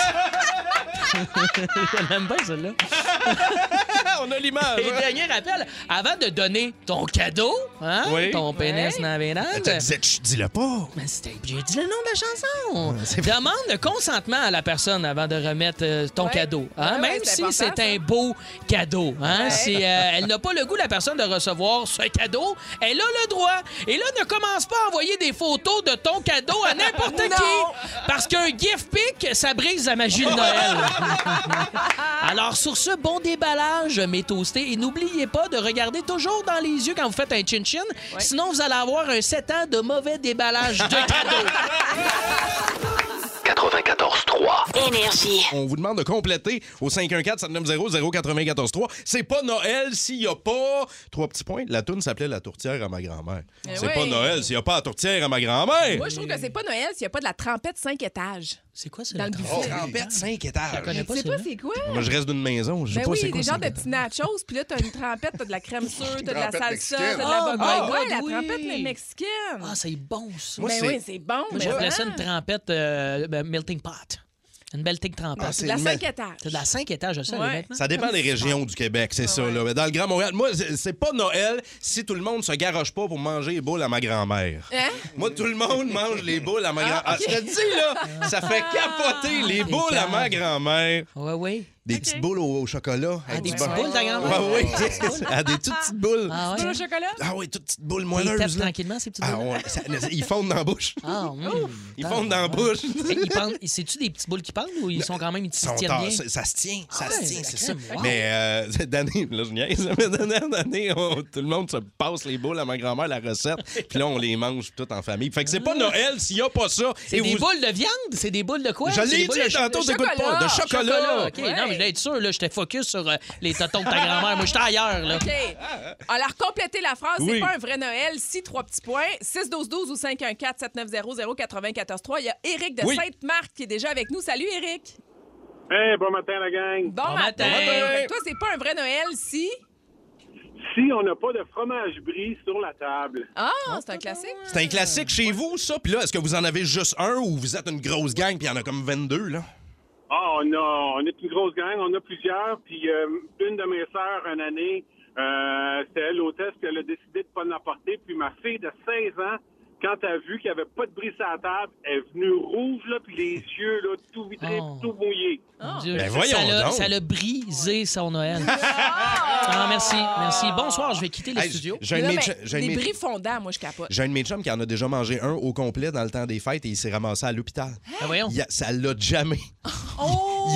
On aime bien, celle-là. On a l'image. Et dernier rappel, avant de donner ton cadeau, hein, ton pénis Navidad... Dis-le pas. Mais j'ai dit le nom de la chanson. Demande le consentement à la personne avant de remettre ton cadeau. Hein? Même si c'est un beau cadeau. Hein? Si elle n'a pas le goût, la personne, de recevoir ce cadeau, elle a le droit. Et là, ne commence pas à envoyer des photos de ton cadeau à n'importe qui. Parce qu'un gift pic, ça brise la magie de Noël. Alors, sur ce, bon déballage, mes toastés. Et n'oubliez pas de regarder toujours dans les yeux quand vous faites un chin-chin. Sinon, vous allez avoir un 7 ans de mauvais déballage de cadeaux. 94.3 Énergie. On vous demande de compléter au 514-790-0943. C'est pas Noël s'il n'y a pas... 3 petits points. La toune s'appelait La tourtière à ma grand-mère. C'est pas Noël s'il n'y a pas la tourtière à ma grand-mère. Moi, je trouve que c'est pas Noël s'il n'y a pas de la trempette 5 étages. C'est quoi ça? Dans le buffet. Trompette, 5 étages. Je la connais pas, Tu sais pas celle-là. c'est quoi? Moi, je reste d'une maison. Je sais Ben pas oui, c'est quoi des genres ça. de petits nachos, puis là, t'as une trempette, t'as de la crème sûre, t'as de la trempette salsa, t'as de mexicaine. la Oh, ouais, my la God, trempette oui. la mexicaine. Ah, c'est bon, ça. Moi, Ben c'est- oui, c'est bon. Moi, mais j'appelais ça vraiment. une trempette melting pot. Une belle tic trempette. Ah, C'est de la c'est 5 étages. C'est de la 5 étages, ça, Ouais. les maintenant? Ça dépend des régions du Québec, c'est ça. Là. Mais dans le Grand Montréal, moi, c'est pas Noël si tout le monde se garoche pas pour manger les boules à ma grand-mère. Hein? Moi, tout le monde mange les boules à ma grand-mère. Ah, je te dis, là, ça fait capoter les boules à ma grand-mère. Ouais, oui. Des petites boules au chocolat. Ah, avec des du petites beurre. boules, ta grand-mère? Ah oui, ah, des toutes petites boules. Ah, Tu veux ouais. au chocolat? Ah oui, toutes petites boules Ils moelleuses. tapent là. tranquillement, ces petites Ah boules. ouais, ils fondent dans la bouche. Ah, Ils fondent dans la bouche. C'est-tu des petites boules qui pendent ou ils sont quand même, ils se Sont tiennent tard, bien? ça se tient, ça Ah se ouais, tient, la c'est ça. crème, wow. Mais cette année, là, je niaise, mais dernière année, tout le monde se passe les boules à ma grand-mère, la recette, puis là, on les mange tout en famille. Fait que c'est pas Noël s'il y a pas ça. C'est des boules de viande? C'est des boules de quoi? Je C'est l'ai des boules dit de tantôt, t'écoutes pas. De chocolat. OK, non, mais je voulais être sûr, là, j'étais focus sur les totons de ta grand-mère. Moi, j'étais ailleurs, là. OK. Alors, complétez la phrase. Oui. C'est pas un vrai Noël. Si, 3 petits points. 6-12-12 ou 514-7900-943. Il y a Éric de Oui. Sainte-Marthe qui est déjà avec nous. Salut, Éric. Hey, bon matin, la gang. Bon matin. Fait que toi, c'est pas un vrai Noël si... Si on n'a pas de fromage brie sur la table. Ah, c'est un classique. C'est un classique chez vous, ça? Puis là, est-ce que vous en avez juste un ou vous êtes une grosse gang puis il y en a comme 22, là? Ah, on est une grosse gang, on a plusieurs. Puis une de mes sœurs, une année, c'était elle, l'hôtesse, puis elle a décidé de pas l'apporter. Puis ma fille de 16 ans, quand elle a vu qu'il n'y avait pas de bris sur la table, elle est venue rouge, là, puis les yeux, là, tout vitrés, Oh. tout mouillés. Mon Dieu. Ben voyons donc. Ça l'a brisé, son Noël. Ah, merci, merci. Bonsoir, je vais quitter le Hey, studio. j'ai un de Là, mes ben, ch- j'ai un de les mes- bris fondants, moi, je capote. j'ai un de mes chums qui en a déjà mangé un au complet dans le temps des fêtes et il s'est ramassé à l'hôpital. Ah, voyons. Ça l'a jamais. Oh! Il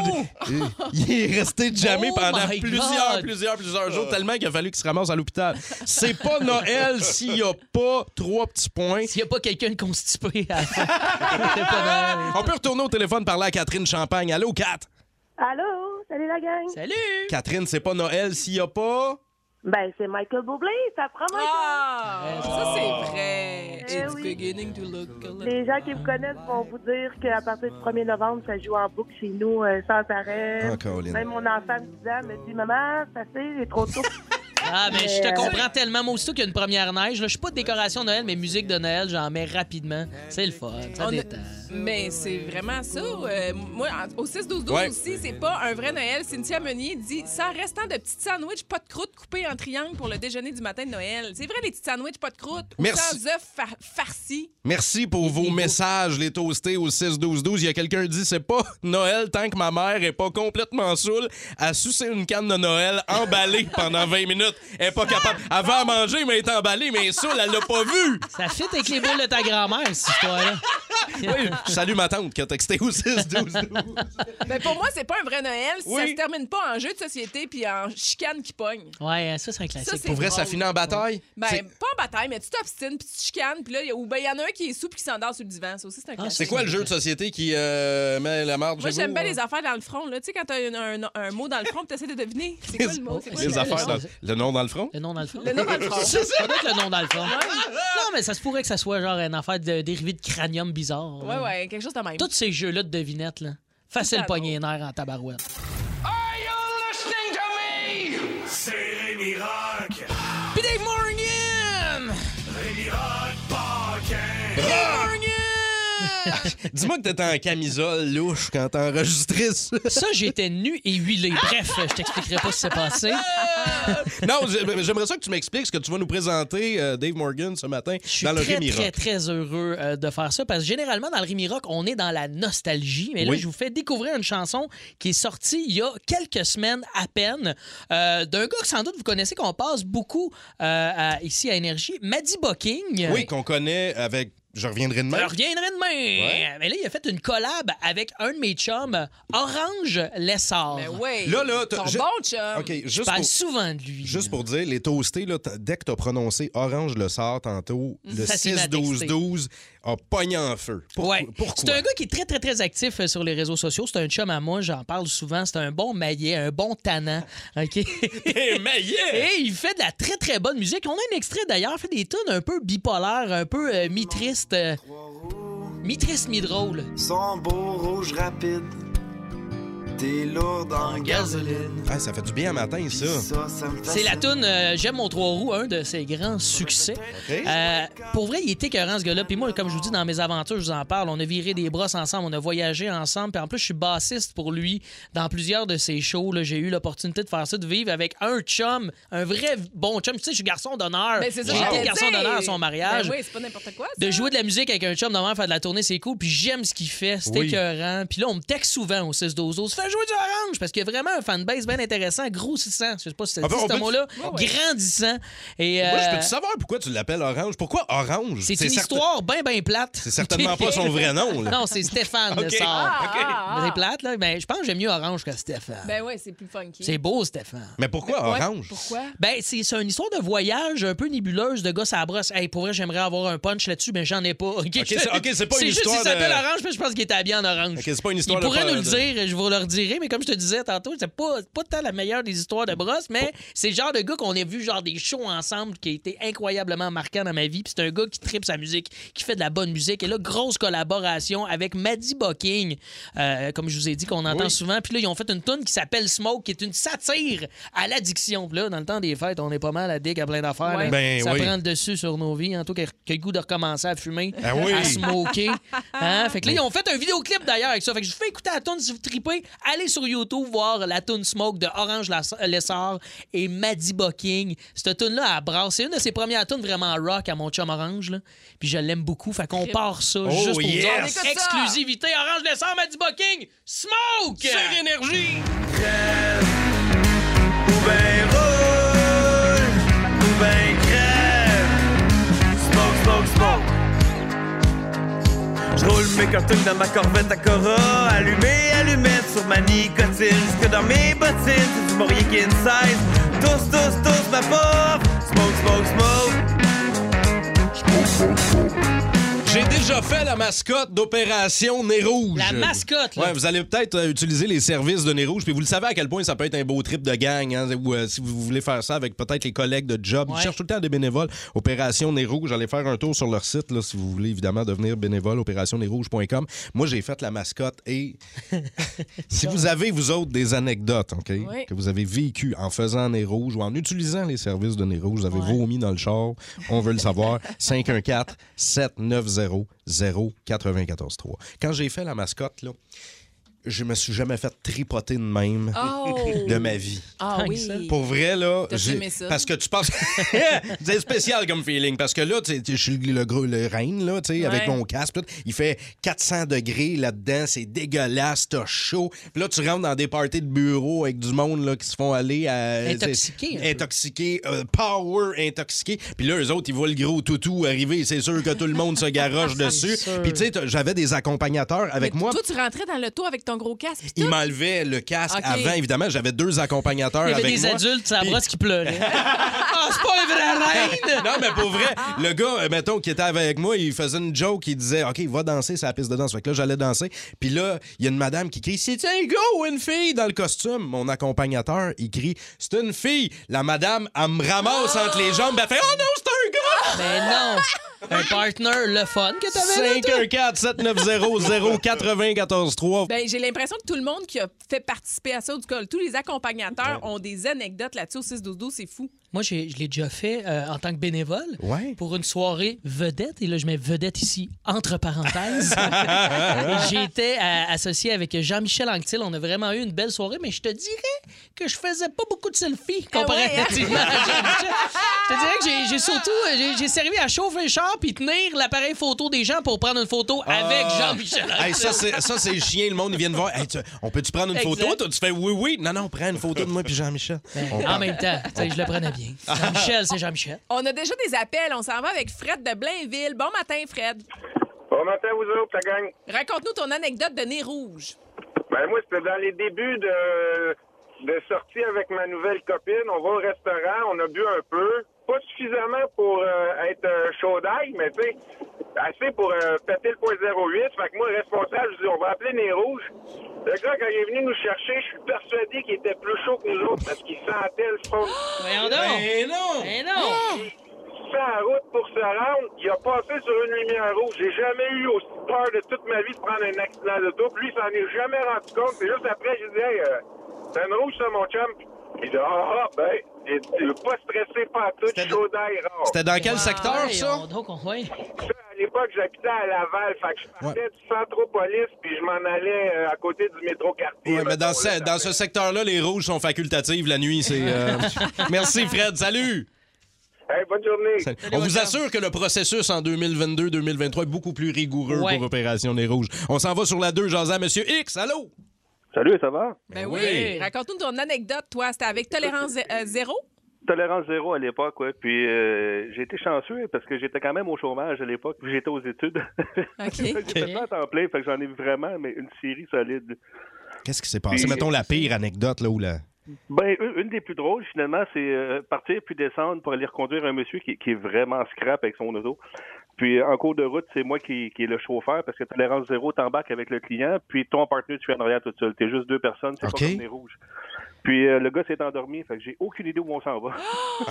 est resté jamais Oh pendant my plusieurs God. jours, tellement qu'il a fallu qu'il se ramasse à l'hôpital. C'est pas Noël s'il n'y a pas 3 petits points. S'il n'y a pas quelqu'un de constipé à la fin. C'est pas Noël. On peut retourner au téléphone parler à Catherine Champagne. Allô, Kat? Allô? Salut la gang. Salut! Catherine, c'est pas Noël s'il n'y a pas... Ben, c'est Michael Bublé, ça promet. Ah! Ça, c'est vrai. Eh It's oui. beginning to look a little... Les gens qui me connaissent vont vous dire qu'à partir du 1er novembre, ça joue en boucle chez nous sans arrêt. Ah, Caroline. Même mon enfant de 10 ans me dit « Maman, ça fait, il est trop tôt. » Ah, mais je te comprends tellement. Moi, aussitôt qu'il y a une première neige, là, je suis pas de décoration de Noël, mais musique de Noël, j'en mets rapidement. C'est le fun, ça On a- détend. Mais c'est vraiment ça. Moi, au 6-12-12 Ouais. aussi, c'est pas un vrai Noël. Cynthia Meunier dit sans restant de petits sandwichs, pas de croûte coupée en triangle pour le déjeuner du matin de Noël. C'est vrai, les petits sandwichs, pas de croûte. Ou Merci. sans œufs farcis. Merci pour vos messages, les toastés au 6-12-12. Il y a quelqu'un qui dit c'est pas Noël tant que ma mère est pas complètement saoule à sucer une canne de Noël emballée pendant 20 minutes. Elle est pas capable. Elle va à manger, mais elle est emballée, mais elle est saoule, elle l'a pas vu. Ça fit avec les boules de ta grand-mère, cette histoire-là. Oui, je salue ma tante qui a texté au 6-12-12. Mais pour moi, c'est pas un vrai Noël si Oui. ça se termine pas en jeu de société puis en chicane qui pogne. Ouais, ça, c'est un Ça, classique. c'est Pour vrai, ça drôle. finit en bataille? Ben, C'est- pas en bataille, mais tu t'obstines puis tu te chicanes. Puis là, ou ben, il y en a un qui est sous puis qui s'endort sur le divan. Ça aussi, c'est un classique. C'est quoi le jeu de société qui met la marde Moi, chez j'aime vous? bien les affaires dans le front. Là. Tu sais, quand t'as un mot dans le front, tu essaies de deviner. C'est quoi le mot? C'est quoi Les le- affaires dans le nom dans le front? Le nom dans le front. Le nom dans le front. Ça doit être le nom dans le front. Non, mais ça se pourrait que ça soit genre une affaire de dérivée de cranium bizarre. Ouais, ouais, quelque chose de même. Tous ces jeux-là de devinettes, là. Facile Ça pogner les nerfs en tabarouette. Are you listening to me? C'est Rémi Rock. Puis Dave Morgan! Rémi Rock Paquin. Dis-moi que t'étais en camisole louche quand t'as enregistré ça. Ça, j'étais nu et huilé. Bref, je t'expliquerai pas ce qui s'est passé. Non, j'aimerais ça que tu m'expliques ce que tu vas nous présenter, Dave Morgan, ce matin, Je suis dans le très, Rémi très, Rock. très heureux de faire ça parce que généralement, dans le Rémi Rock, on est dans la nostalgie. Mais là, Oui. je vous fais découvrir une chanson qui est sortie il y a quelques semaines à peine d'un gars que sans doute vous connaissez, qu'on passe beaucoup ici à Énergie, Maddie Bucking. Oui, qu'on connaît avec Je reviendrai demain. Je reviendrai demain. Ouais. Mais là, il a fait une collab avec un de mes chums, Orange Lessard. Ben oui. Là, Ton je- bon chum. OK, Je juste parle pour, souvent de lui. juste pour dire, les toastés, là, dès que t'as prononcé Orange le sort tantôt, le Ça s'est 6-12-12 a pogné en feu. Ouais. Pourquoi? C'est un gars qui est très, très, très actif sur les réseaux sociaux. C'est un chum à moi, j'en parle souvent. C'est un bon maillet, un bon tannant. OK? Maillet! Et il fait de la très, très bonne musique. On a un extrait d'ailleurs, il fait des tunes un peu bipolaires, un peu mi-tristes. mi-triste, mi-drôle. Son beau rouge rapide. T'es lourde en gasoline. Ah, ça fait du bien à matin, ça. C'est la toune J'aime mon 3 roues, un de ses grands succès. Okay. Pour vrai, il était écœurant, ce gars-là. Puis moi, comme je vous dis, dans mes aventures, je vous en parle. On a viré des brosses ensemble, on a voyagé ensemble. Puis en plus, je suis bassiste pour lui dans plusieurs de ses shows. Là, j'ai eu l'opportunité de faire ça, de vivre avec un chum, un vrai bon chum. Tu sais, je suis garçon d'honneur. Ben, c'est ça, j'ai été wow. garçon d'honneur à son mariage. Ben oui, c'est pas n'importe quoi, ça. De jouer de la musique avec un chum de faire de la tournée, c'est cool. Puis j'aime ce qu'il fait. C'est écœurant. Puis là, on me texte souvent au 6-12. Fais jouer du orange parce qu'il y a vraiment un fanbase bien intéressant, grossissant. Je sais pas si c'est ce mot-là. Grandissant. Et, moi, je peux-te savoir pourquoi tu l'appelles Orange? Pourquoi Orange? C'est une histoire bien plate. C'est certainement pas son vrai nom. Là. Non, c'est Stéphane de Sort. C'est plate, là. Ben, je pense que j'aime mieux Orange que Stéphane. Ben ouais, c'est plus funky. C'est beau, Stéphane. Mais pourquoi Orange? Pourquoi? Ben, c'est une histoire de voyage un peu nébuleuse de gars à la brosse. Hey, pour vrai, j'aimerais avoir un punch là-dessus, mais j'en ai pas. OK, c'est pas une histoire. C'est juste qu'il s'appelle Orange, mais je pense qu'il est habillé en orange. OK, c'est pas une histoire Il pourrait nous le dire, je vous le redirai, mais comme je te disais tantôt, c'est pas tant la meilleure des histoires de brosse, mais c'est le genre de gars qu'on a vu genre des shows ensemble qui a été incroyablement marquant dans ma vie. Puis c'est un gars qui tripe sa musique, qui fait de la bonne musique. Et là, grosse collaboration avec Maddie Bucking, comme je vous ai dit, qu'on entend souvent. Puis là, ils ont fait une tune qui s'appelle Smoke, qui est une satire à l'addiction. Puis là, dans le temps des fêtes, on est pas mal addict à plein d'affaires. Ouais. Ben, ça prend le dessus sur nos vies. En tout cas, quel goût de recommencer à fumer, à smoker. Hein? Fait que là, ils ont fait un vidéoclip d'ailleurs avec ça. Fait que je vous fais écouter la tune si vous tripez. Allez sur YouTube voir la tune Smoke de Orange Lessard et Maddie Bucking. Cette tune-là, elle brasse. C'est une de ses premières tunes vraiment rock à mon chum Orange. Là. Puis je l'aime beaucoup. Fait qu'on part ça juste pour dire exclusivité. Orange Lessard, Maddie Bucking, Smoke! Sur Énergie! Crève, ou ben roule, ou ben crève. Smoke, smoke, smoke. Je roule mes cartons dans ma Corvette à Cora. Allumé, allumette sur ma nicotine. Jusque dans mes bottines, c'est du Maurier King size. Tous, ma pauvre. Smoke, smoke, smoke. Smoke, smoke, smoke. J'ai déjà fait la mascotte d'Opération Nez Rouge. La mascotte, là. Ouais, vous allez peut-être utiliser les services de Nez Rouge, puis vous le savez à quel point ça peut être un beau trip de gang, hein, ou si vous voulez faire ça avec peut-être les collègues de job. Ils cherchent tout le temps des bénévoles. Opération Nez Rouge, allez faire un tour sur leur site, là, si vous voulez évidemment devenir bénévole, opérationnezrouge.com. Moi, j'ai fait la mascotte et si vous avez, vous autres, des anecdotes, OK, que vous avez vécues en faisant Nez Rouge ou en utilisant les services de Nez Rouge, vous avez vomi dans le char, on veut le savoir. 514-790-0943. Quand j'ai fait la mascotte, là, je me suis jamais fait tripoter de même de ma vie. Ah oui. Pour vrai, là. Aimé ça? Parce que tu penses. C'est spécial comme feeling. Parce que là, je suis le reine, là, tu sais, avec mon casque. Il fait 400 degrés là-dedans. C'est dégueulasse. T'as chaud. Puis là, tu rentres dans des parties de bureau avec du monde là, qui se font aller à. Intoxiqués. Power intoxiqués. Puis là, eux autres, ils voient le gros toutou arriver. C'est sûr que tout le monde se garoche dessus. Puis tu sais, j'avais des accompagnateurs avec moi. Toi, tu rentrais dans le tour avec ton gros casque. Il m'enlevait le casque avant, évidemment. J'avais 2 accompagnateurs avec moi. Il y avait des adultes, ça brosse qui pleuraient. Ah, c'est pas un vrai reine! Non, mais pour vrai, le gars, mettons, qui était avec moi, il faisait une joke, il disait, OK, va danser sur la piste de danse. Fait que là, j'allais danser. Puis là, il y a une madame qui crie, c'est un gars ou une fille dans le costume? Mon accompagnateur, il crie, c'est une fille. La madame, elle me ramasse entre les jambes, elle fait, oh non, c'est un gars! Mais non! Un partner, le fun que t'avais là, 514-790-0943. Ben, j'ai l'impression que tout le monde qui a fait participer à ça, du coup, tous les accompagnateurs ont des anecdotes là-dessus au 6-12-12, c'est fou. Moi, je l'ai déjà fait en tant que bénévole pour une soirée vedette. Et là, je mets vedette ici, entre parenthèses. J'ai été associé avec Jean-Michel Anctil. On a vraiment eu une belle soirée, mais je te dirais que je faisais pas beaucoup de selfies comparativement à Jean-Michel. Je te dirais que j'ai surtout j'ai servi à chauffer le char puis tenir l'appareil photo des gens pour prendre une photo avec Jean-Michel Anctil. Hey, ça, c'est le chien. Le monde, ils viennent voir. Hey, on peut-tu prendre une photo? Toi, tu fais oui. Non, prends une photo de moi puis Jean-Michel. En même temps, je le prenais bien. Jean-Michel, c'est Jean-Michel. On a déjà des appels. On s'en va avec Fred de Blainville. Bon matin, Fred. Bon matin, vous autres, la gang. Raconte-nous ton anecdote de Nez Rouge. Ben moi, c'était dans les débuts de sortie avec ma nouvelle copine. On va au restaurant, on a bu un peu. Pas suffisamment pour être chaud d'ail, mais tu sais, assez pour péter le point 08. Fait que moi, responsable, je dis, on va appeler Nez Rouge. Le gars, quand il est venu nous chercher, je suis persuadé qu'il était plus chaud que nous autres parce qu'il sentait le fond. Mais non! Il fait la route pour se rendre, il a passé sur une lumière rouge. J'ai jamais eu aussi peur de toute ma vie de prendre un accident d'auto. Puis lui, il s'en est jamais rendu compte. C'est juste après, j'ai dit, hey, c'est une rouge, ça, mon chum. Il dit, il veut pas stresser partout, chaud d'air rare. C'était dans quel secteur, ça? À l'époque, j'habitais à Laval. Fait que je partais du Centropolis, puis je m'en allais à côté du métro Cartier. Oui, mais dans ce secteur-là, les rouges sont facultatives la nuit. Merci, Fred. Salut! Hey, bonne journée. Salut. On vous assure que le processus en 2022-2023 est beaucoup plus rigoureux pour Opération Nez Rouges. On s'en va sur la 2, Jean-Jean. Monsieur X, allô? Salut, ça va? Ben oui. Raconte-nous ton anecdote, toi. C'était avec Tolérance Zéro? Tolérance Zéro à l'époque, oui. Puis j'ai été chanceux parce que j'étais quand même au chômage à l'époque, puis j'étais aux études. OK. J'ai fait ça à temps plein, fait que j'en ai vraiment une série solide. Qu'est-ce qui s'est passé? Puis, Mettons la pire anecdote, là, où la... Ben, une des plus drôles, finalement, c'est partir puis descendre pour aller reconduire un monsieur qui est vraiment scrap avec son auto. Puis, en cours de route, c'est moi qui est le chauffeur parce que Tolérance Zéro t'embarque avec le client, puis ton partenaire, tu fais en arrière tout seul. T'es juste 2 personnes, c'est pas comme les rouges. Puis, le gars s'est endormi, fait que j'ai aucune idée où on s'en va.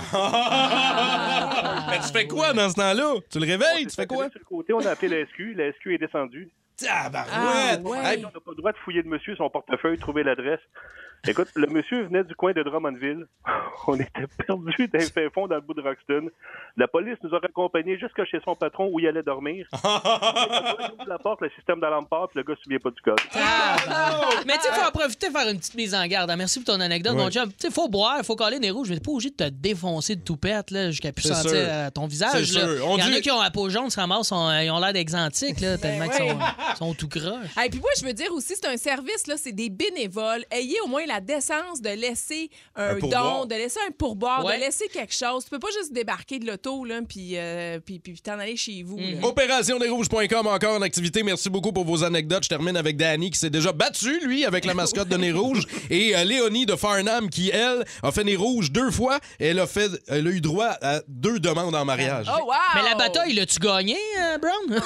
Mais tu fais quoi dans ce temps-là? Tu le réveilles? Tu fais quoi? Sur le côté, on a appelé la SQ est descendue. Tabarouette! Hey, on n'a pas le droit de fouiller le monsieur son portefeuille, trouver l'adresse. Écoute, le monsieur venait du coin de Drummondville. On était perdus dans le fin fond dans le bout de Roxton. La police nous a raccompagnés jusqu'à chez son patron où il allait dormir. Il ouvre la porte, le système d'alarme part, puis le gars se souvient pas du code. Mais tu sais, faut en profiter faire une petite mise en garde. Merci pour ton anecdote, mon chum. Tu sais, faut boire, faut coller les rouges. Je vais pas obligé de te défoncer de toupette là, jusqu'à plus sentir ton visage. Il y en a qui ont la peau jaune, se ramassent, ils ont l'air d'exantiques, là, tellement qu'ils sont tout croches. Et puis moi, je veux dire aussi, c'est un service, là, c'est des bénévoles. Ayez au moins la décence de laisser un don, de laisser un pourboire, de laisser quelque chose. Tu peux pas juste débarquer de l'auto, là, puis t'en aller chez vous. OpérationNezRouges.com, encore en activité. Merci beaucoup pour vos anecdotes. Je termine avec Danny qui s'est déjà battu, lui, avec la mascotte de Nez Rouge. Et Léonie de Farnham qui, elle, a fait Nez Rouge 2 fois. Elle a eu droit à 2 demandes en mariage. Oh, wow! Mais la bataille, l'as-tu gagné, Brown?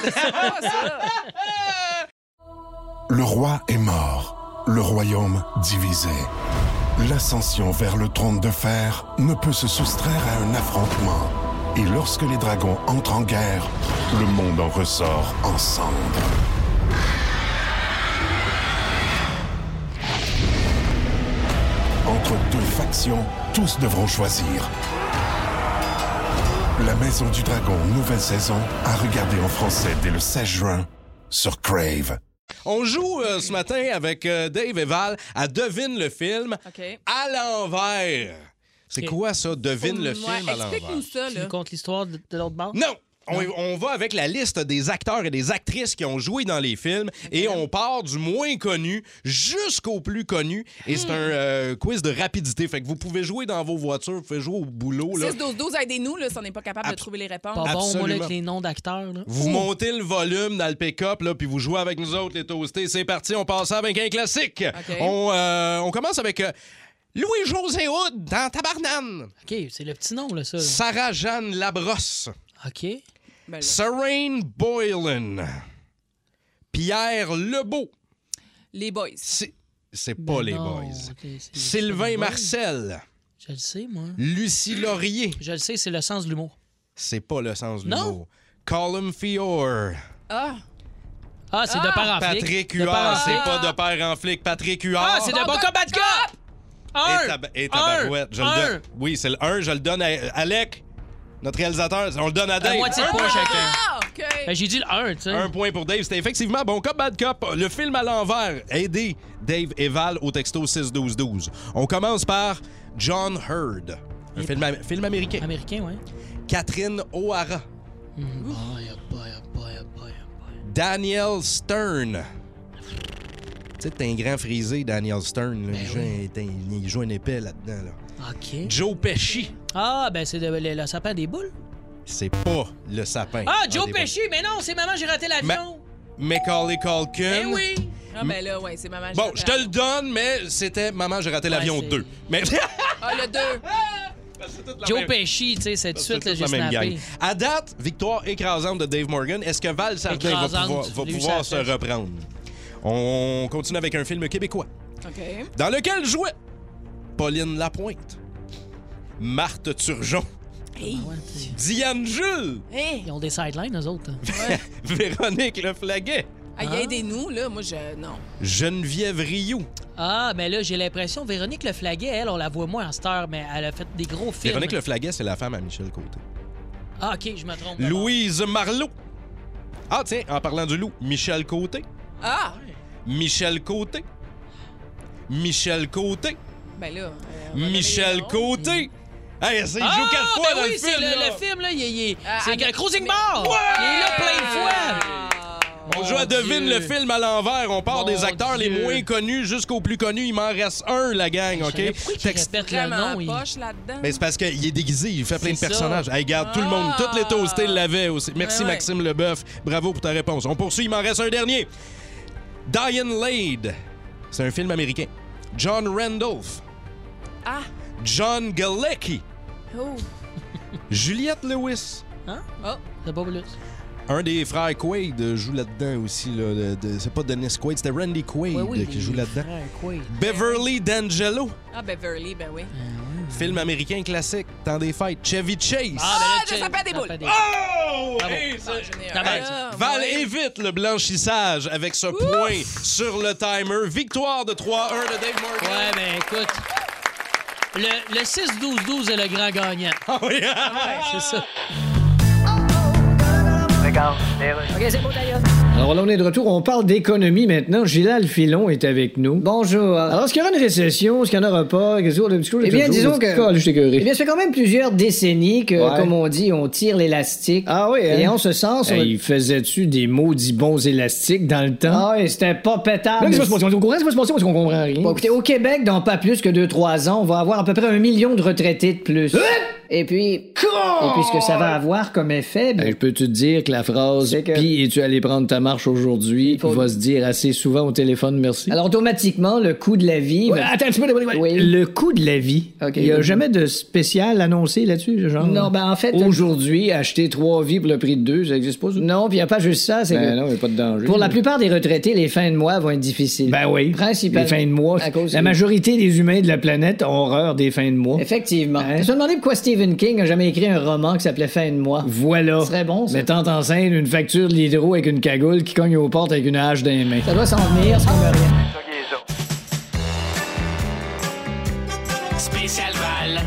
Le roi est mort. Le royaume divisé. L'ascension vers le trône de fer ne peut se soustraire à un affrontement. Et lorsque les dragons entrent en guerre, le monde en ressort en cendres. Entre 2 factions, tous devront choisir. La Maison du Dragon, nouvelle saison, à regarder en français dès le 16 juin sur Crave. On joue ce matin avec Dave et Val à Devine le film à l'envers. C'est quoi ça, Devine le film à l'envers? Explique-nous ça, là. Tu comptes l'histoire de l'autre bord? Non! On va avec la liste des acteurs et des actrices qui ont joué dans les films et on part du moins connu jusqu'au plus connu. Et c'est un quiz de rapidité. Fait que vous pouvez jouer dans vos voitures, vous pouvez jouer au boulot. 6-12-12, aidez-nous là, si on n'est pas capable de trouver les réponses. Pas bon, moi, là, avec les noms d'acteurs. Là. Vous montez le volume dans le pick-up, là, puis vous jouez avec nous autres, les toastés. C'est parti, on passe avec un classique. On commence avec... Louis-José Hood dans Tabarnane. OK, c'est le petit nom, là, ça. Sarah-Jeanne Labrosse. OK. Serene Boylan. Pierre Lebeau. Les Boys. C'est pas les Boys. Sylvain Marcel. Je le sais, moi. Lucie Laurier. Je le sais, c'est le sens de l'humour. C'est pas le sens de l'humour. Colin Fior. C'est de père en flic. Patrick Huard. C'est pas de père en flic. Patrick Huard. C'est de Boca Bad Cop! Et tabarouette. Je le donne. Oui, c'est le 1. Je le donne à Alec, notre réalisateur. On le donne à Dave. À moitié de point chacun. Ben, j'ai dit le 1, tu sais. 1 point pour Dave. C'était effectivement Bon Cop, Bad Cop. Le film à l'envers. Aidez Dave et Val au texto 6-12-12. On commence par John Hurd. Un film américain. Américain, oui. Catherine O'Hara. Daniel Stern. Tu sais, t'es un grand frisé, Daniel Stern. Là. Il joue un épée là-dedans. Là. OK. Joe Pesci. C'est le sapin des boules? C'est pas le sapin. Joe Pesci! Mais non, c'est Maman, j'ai raté l'avion. Macaulay Culkin. Eh oui! Là, ouais, c'est Maman, j'ai Bon, raté je te le donne, mais c'était Maman, j'ai raté l'avion 2. Mais... le 2. Joe Pesci, tu sais, c'est tout de suite, j'ai snappé. À date, victoire écrasante de Dave Morgan. Est-ce que Val Sardin va pouvoir se reprendre? On continue avec un film québécois. Dans lequel jouait Pauline Lapointe, Marthe Turgeon Hey. Diane Jules. Hey. Ils ont des sidelines, eux autres. Véronique Leflaguet. Aidez-nous, là. Moi, non. Geneviève Rioux. Ah, mais là, j'ai l'impression, Véronique Leflaguet, elle, on la voit moins en cette heure, mais elle a fait des gros films. Véronique Leflaguet, c'est la femme à Michel Côté. Ah, OK, je me trompe. Louise Marleau. Ah, tiens, en parlant du loup, Michel Côté. Ah! Michel Côté. Michel Côté. Ben là... Michel Côté. Hey, il joue 4 fois dans le film. Le film, là, c'est Cruising Bar. Ouais! Il est là plein de fois. On joue à Devine le film à l'envers. On part des acteurs les moins connus jusqu'aux plus connus. Il m'en reste un, la gang, OK? Pourquoi il répète le nom? Poche là-dedans. Mais c'est parce qu'il est déguisé. Il fait plein de C'est personnages. Hey, regarde, tout le monde, toutes les toastés l'avaient aussi. Merci, Maxime Leboeuf. Bravo pour ta réponse. On poursuit. Il m'en reste un dernier. Diane Lane. C'est un film américain. John Randolph. Ah! John Galecki. Oh! Juliette Lewis. Hein? Oh, c'est pas plus. Un des frères Quaid joue là-dedans aussi. Là, c'est pas Dennis Quaid, c'était Randy Quaid qui joue là-dedans. Beverly D'Angelo. Ah, Beverly, ben oui. Film américain classique, temps des fêtes. Chevy Chase. Ça s'appelle des boules. Oh! Hey, Val évite le blanchissage avec ce point sur le timer. Victoire de 3-1 de Dave Morgan. Ouais, ben écoute, le 6-12-12 est le grand gagnant. Ah oui? C'est ça. OK, c'est bon, d'ailleurs. Alors là, on est de retour. On parle d'économie maintenant. Gilal Filon est avec nous. Bonjour. Alors, est-ce qu'il y aura une récession? Est-ce qu'il n'y en aura pas? Eh bien, disons que... Eh bien, ça fait quand même plusieurs décennies que, comme on dit, on tire l'élastique. Ah oui, hein? Et en ce sens... Il faisait-tu des maudits bons élastiques dans le temps? Ah oui, c'était pas pétable. Qu'est-ce qui va se passer? On est au courant? Qu'est-ce qui va se passer? Parce qu'on comprend rien. Bon, écoutez, au Québec, dans pas plus que 2-3 ans, on va avoir à peu près 1 million de retraités de plus. Et puis ce que ça va avoir comme effet... je peux te dire que la phrase « Puis, es-tu allé prendre ta marche aujourd'hui? » va se dire assez souvent au téléphone, merci. Alors, automatiquement, le coût de la vie... Attends, tu peux... Oui. Le coût de la vie. Il n'y a jamais de spécial annoncé là-dessus, genre? Non, ben en fait... Aujourd'hui, acheter 3 vies pour le prix de 2, ça existe pas, ça? Non, puis il n'y a pas juste ça, c'est que... non, il n'y a pas de danger. Pour la plupart des retraités, les fins de mois vont être difficiles. Ben oui. Principalement. Les fins de mois. La majorité des humains de la planète ont horreur des fins de mois. Effectivement. Je me demandais pourquoi Stephen King a jamais écrit un roman qui s'appelait Fin de mois. Voilà. Ce serait bon, ça. Mettant en scène une facture de l'hydro avec une cagoule qui cogne aux portes avec une hache dans les mains. Ça doit s'en venir, c'est comme rien. Spécial Val.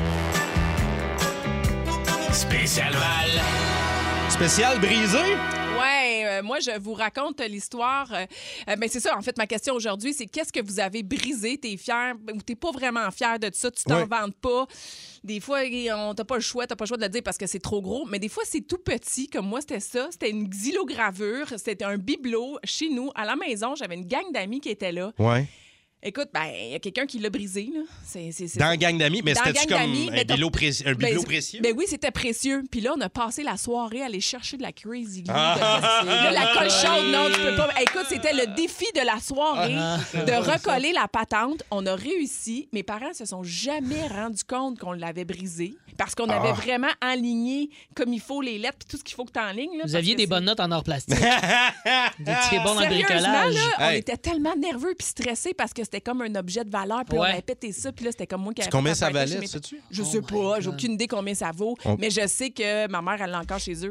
Spécial Val. Spécial brisé? Ouais, moi, je vous raconte l'histoire. Ben c'est ça, en fait, ma question aujourd'hui, c'est qu'est-ce que vous avez brisé? T'es fier ou t'es pas vraiment fier de ça? Tu t'en vantes pas? Des fois, t'as pas le choix de le dire parce que c'est trop gros, mais des fois, c'est tout petit, comme moi, c'était ça. C'était une xylogravure, c'était un bibelot chez nous, à la maison. J'avais une gang d'amis qui étaient là. Ouais. Écoute, ben, il y a quelqu'un qui l'a brisé, là. Dans la gang d'amis? Mais c'était-tu comme un bibelot précieux? Ben oui, c'était précieux. Puis là, on a passé la soirée à aller chercher de la Crazy Glue, de la colle chaude. Non, tu peux pas. Écoute, c'était le défi de la soirée de recoller la patente. On a réussi. Mes parents se sont jamais rendus compte qu'on l'avait brisé parce qu'on avait vraiment aligné comme il faut les lettres puis tout ce qu'il faut que tu enlignes. Vous aviez des bonnes notes en or plastique. Vous étiez bon dans le bricolage. Là, on était tellement nerveux puis stressés parce que c'était comme un objet de valeur, puis on avait pété ça, puis là, c'était comme moi qui avais... Combien ça valait, sais-tu? Je sais pas, j'ai aucune idée combien ça vaut, mais je sais que ma mère, elle l'a encore chez eux.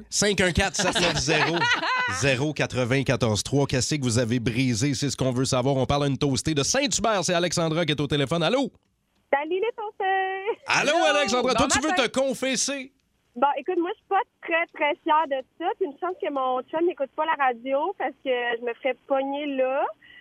514-790-0943. Qu'est-ce que vous avez brisé? C'est ce qu'on veut savoir. On parle à une toastée de Saint-Hubert. C'est Alexandra qui est au téléphone. Allô? Salut les toastés! Allô, Alexandra. Toi, tu veux te confesser? Bon, écoute, moi, je suis pas très, très fière de ça. Puis une chance que mon chum n'écoute pas la radio parce que je me ferais pogner là.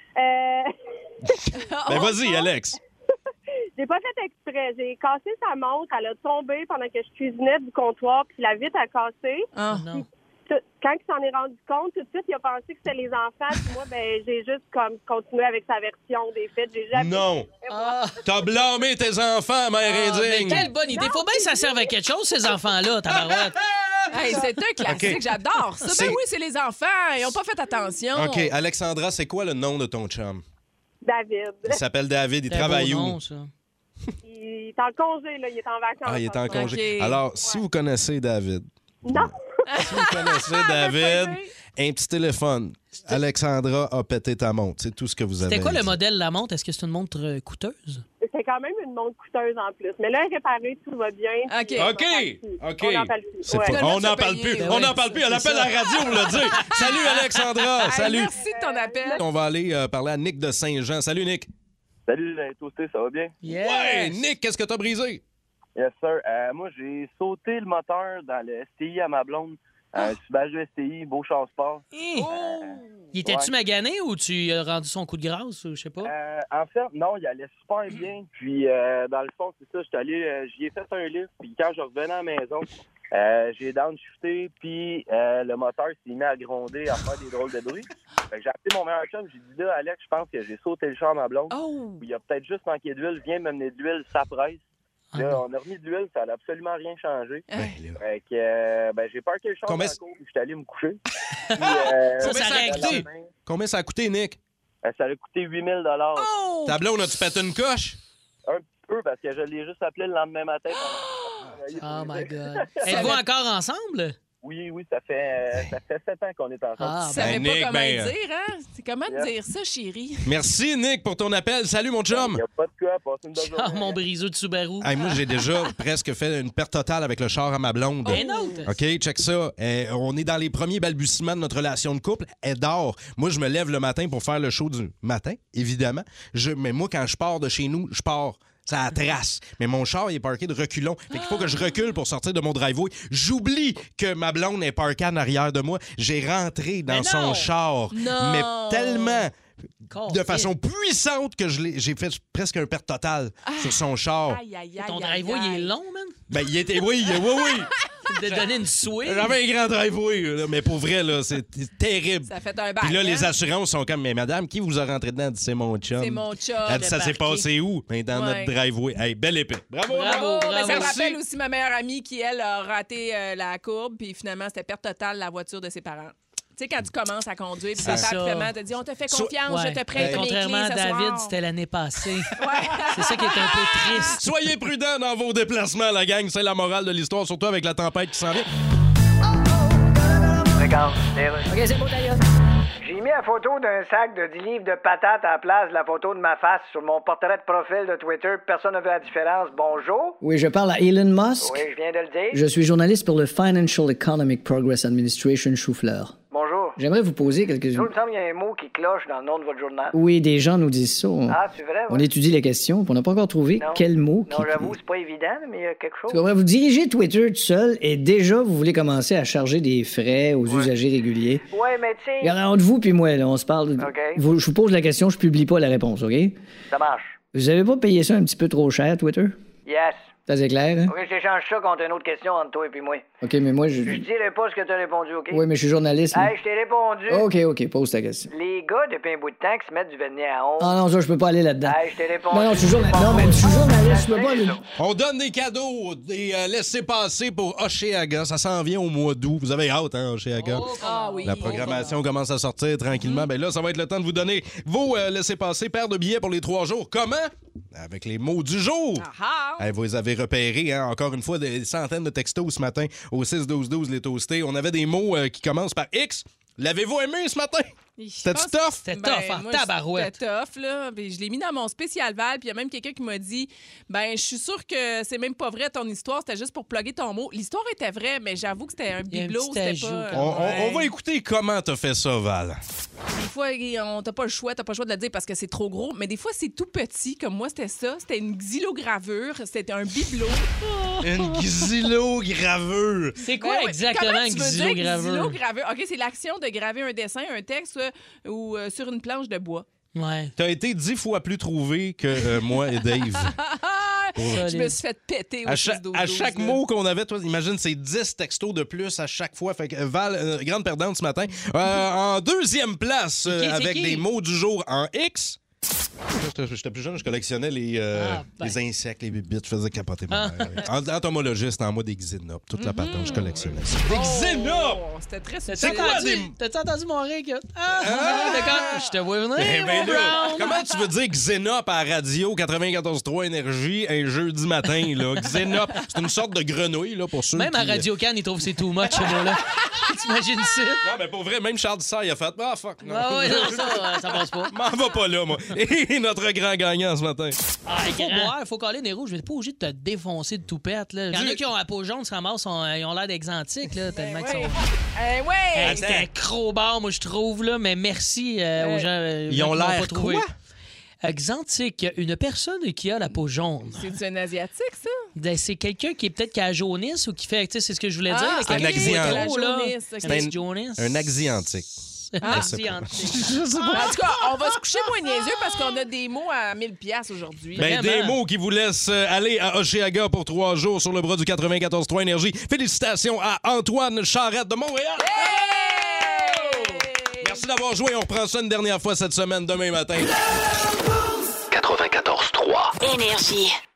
Ben vas-y, Alex. J'ai pas fait exprès. J'ai cassé sa montre. Elle a tombé pendant que je cuisinais du comptoir, puis la vitre a cassé. Oh non. Quand il s'en est rendu compte, tout de suite, il a pensé que c'était les enfants. Puis moi, ben, j'ai juste comme continué avec sa version des faits. J'ai jamais... Non! T'as blâmé tes enfants, mère indigne! Mais quelle bonne idée! Faut bien que ça serve à quelque chose, ces enfants-là, tabarouette! Hey, c'est un classique, j'adore ça. Ben oui, c'est les enfants, ils ont pas fait attention. OK, Alexandra, c'est quoi le nom de ton chum? David. Il s'appelle David, il travaille où? Il est en congé, là, il est en vacances. Ah, il est en congé. Okay. Alors, si vous connaissez David... Non! Si vous connaissez David, un petit téléphone. Alexandra a pété ta montre. C'est tout ce que vous avez. C'était quoi le modèle de la montre? Est-ce que c'est une montre coûteuse? C'est C'est quand même une montre coûteuse en plus. Mais là, réparée, tout va bien. OK. On n'en parle plus. Ouais. On n'en parle plus. On n'en parle plus. Elle appelle la radio pour le dire. Salut, Alexandra. Salut. Merci de ton appel. On va aller parler à Nick de Saint-Jean. Salut, Nick. Salut, Toasté, ça va bien? Yes. Ouais, Nick, qu'est-ce que t'as brisé? Yes, sir. Moi, j'ai sauté le moteur dans le STI à ma blonde. Subaru STI, beau char sport. Il était-tu magané ou tu as rendu son coup de grâce? Je sais pas. En fait, non, il allait super bien. Puis, dans le fond, c'est ça, j'y ai fait un lift. Puis, quand je revenais à la maison, j'ai downshifté. Puis, le moteur s'est mis à gronder, à faire des drôles de bruit. Fait que j'ai appelé mon meilleur chum. J'ai dit là, Alex, je pense que j'ai sauté le char à ma blonde. Il y a peut-être juste manqué d'huile. Viens m'amener de l'huile, ça presse. Là, on a remis de l'huile, ça n'a absolument rien changé. Fait que, j'ai parké le char dans la cour et je suis allé me coucher. Puis, Combien ça a coûté, Nick? Ça a coûté 8 000 $. Ta blonde, as-tu pété une coche? Un petit peu, parce que je l'ai juste appelé le lendemain matin. Oh my God. Êtes-vous encore ensemble? Oui, ça fait 7 ans qu'on est ensemble. Tu savais pas comment dire, hein? C'est comment dire ça, chérie? Merci, Nick, pour ton appel. Salut, mon chum. Il n'y a pas de quoi, passe une bonne journée. Oh, mon briseux de Subaru. Hey, moi, j'ai déjà presque fait une perte totale avec le char à ma blonde. Un autre? OK, check ça. On est dans les premiers balbutiements de notre relation de couple. Elle dort. Moi, je me lève le matin pour faire le show du matin, évidemment. Mais moi, quand je pars de chez nous, je pars. Ça trace. Mais mon char, il est parké de reculons. Fait qu'il faut que je recule pour sortir de mon driveway. J'oublie que ma blonde est parkée en arrière de moi. J'ai rentré dans son char. Mais tellement... de façon puissante que j'ai fait presque un perte totale sur son char. Ton driveway, il est long, man? Ben, il était... Oui. De donner une swing. J'avais un grand driveway, là, mais pour vrai, là, c'est terrible. Ça fait un bac. Puis là, les hein? assurances sont comme, mais madame, qui vous a rentré dedans? Elle dit, c'est mon chum. C'est mon chum. Elle dit, ça s'est passé où? Ben, dans notre driveway. Hey, belle épée. Bravo. Mais ça me rappelle aussi ma meilleure amie qui, elle, a raté la courbe, puis finalement, c'était perte totale la voiture de ses parents. Tu sais, quand tu commences à conduire, puis papa finalement te dit, on te fait confiance, je te prête mes clés. Contrairement à David, c'était l'année passée. C'est ça qui est un peu triste. Soyez prudents dans vos déplacements, la gang. C'est la morale de l'histoire, surtout avec la tempête qui s'en vient. Regarde, OK, c'est beau, d'ailleurs. J'ai mis la photo d'un sac de 10 livres de patates à la place de la photo de ma face sur mon portrait de profil de Twitter. Personne n'a vu la différence. Bonjour. Oui, je parle à Elon Musk. Oui, je viens de le dire. Je suis journaliste pour le Financial Economic Progress Administration Choufleur. Bonjour. J'aimerais vous poser quelques... Il me semble qu'il y a un mot qui cloche dans le nom de votre journal. Oui, des gens nous disent ça. Ah, c'est vrai? On étudie les questions, puis on n'a pas encore trouvé quel mot Non, j'avoue, c'est pas évident, mais il y a quelque chose. Vous dirigez Twitter tout seul et déjà, vous voulez commencer à charger des frais aux usagers réguliers. Oui, mais tu sais... Regardez, entre vous puis moi, là, on se parle... OK. Je vous pose la question, je publie pas la réponse, OK? Ça marche. Vous avez pas payé ça un petit peu trop cher, Twitter? Yes. Ça, c'est clair, hein? OK, je t'échange ça contre une autre question entre toi et puis moi. OK, mais moi, je dirai pas ce que t'as répondu, OK? Oui, mais je suis journaliste. Hey, je t'ai répondu. OK, pose ta question. Les gars, depuis un bout de temps, qui se mettent du vernis à ongles. Ah non, ça, je peux pas aller là-dedans. Hey, je t'ai répondu. Non, je suis journaliste. Non, mais je suis journaliste, je peux pas aller... On donne des cadeaux, des laissez-passer pour Oshéaga. Ça s'en vient au mois d'août. Vous avez hâte, hein, Oshéaga? Oui. La programmation commence à sortir tranquillement. Ben là, ça va être le temps de vous donner vos laissez-passer, paire de billets pour les 3 jours. Comment? Avec les mots du jour. Hey, vous les avez repérés, hein? Encore une fois, des centaines de textos ce matin au 6-12-12, les toastés. On avait des mots qui commencent par X. L'avez-vous aimé ce matin? C'était-tu tough? C'était tough, en tabarouette. C'était tough, là. Puis je l'ai mis dans mon spécial Val, puis il y a même quelqu'un qui m'a dit, je suis sûre que c'est même pas vrai ton histoire, c'était juste pour plugger ton mot. L'histoire était vraie, mais j'avoue que c'était un bibelot, c'était pas... On va écouter comment t'as fait ça, Val. Des fois, t'as pas le choix de le dire parce que c'est trop gros, mais des fois, c'est tout petit, comme moi, c'était ça. C'était une xylogravure, c'était un bibelot. Une xylogravure. C'est quoi exactement une xylogravure? OK, c'est l'action de graver un dessin, un texte ou sur une planche de bois. Ouais. T'as été 10 fois plus trouvé que moi et Dave. Je me suis fait péter au à chaque mot qu'on avait, toi, imagine, c'est 10 textos de plus à chaque fois. Fait que Val, grande perdante ce matin. En deuxième place, avec des mots du jour en X. J'étais plus jeune, je collectionnais les insectes, les bibites, je faisais capoter ma mère. Entomologiste, en mode des xénopes, toute la patente, je collectionnais ça. Des xénopes! C'était très C'est quoi T'as-tu entendu mon rire? D'accord, je te vois venir, mon Brown. Comment tu veux dire xénope à la radio 94.3 Énergie un jeudi matin, là? Xénope, c'est une sorte de grenouille, là, pour ceux Même qui... à Radio Cannes, ils trouvent que c'est too much, ce mot-là. T'imagines ça? Non, mais pour vrai, même Charles Dissert, il a fait « Ah, fuck, non. » Ah oui, non, ça passe pas. M'en va pas là, moi. Et notre notre grand gagnant ce matin. Il faut coller des rouges. Je vais pas obligé de te défoncer de toupette. Il y en a qui ont la peau jaune, se ramassent, ils ont l'air d'exantiques, là, tellement qu'ils sont... C'est un crowbar, moi, je trouve, là, mais merci aux gens. Ils ont l'air quoi? Exantique, une personne qui a la peau jaune. C'est un asiatique, ça? Ben, c'est quelqu'un qui est peut-être qui a la jaunisse ou qui fait, tu sais, c'est ce que je voulais dire. C'est un axiantique. Un axiantique. Je sais pas. En tout cas, on va se coucher moins niaiseux parce qu'on a des mots à 1000$ aujourd'hui. Ben, des mots qui vous laissent aller à Hochelaga pour 3 jours sur le bras du 94.3 Énergie. Félicitations à Antoine Charette de Montréal. Merci d'avoir joué. On reprend ça une dernière fois cette semaine, demain matin. 94.3 Énergie.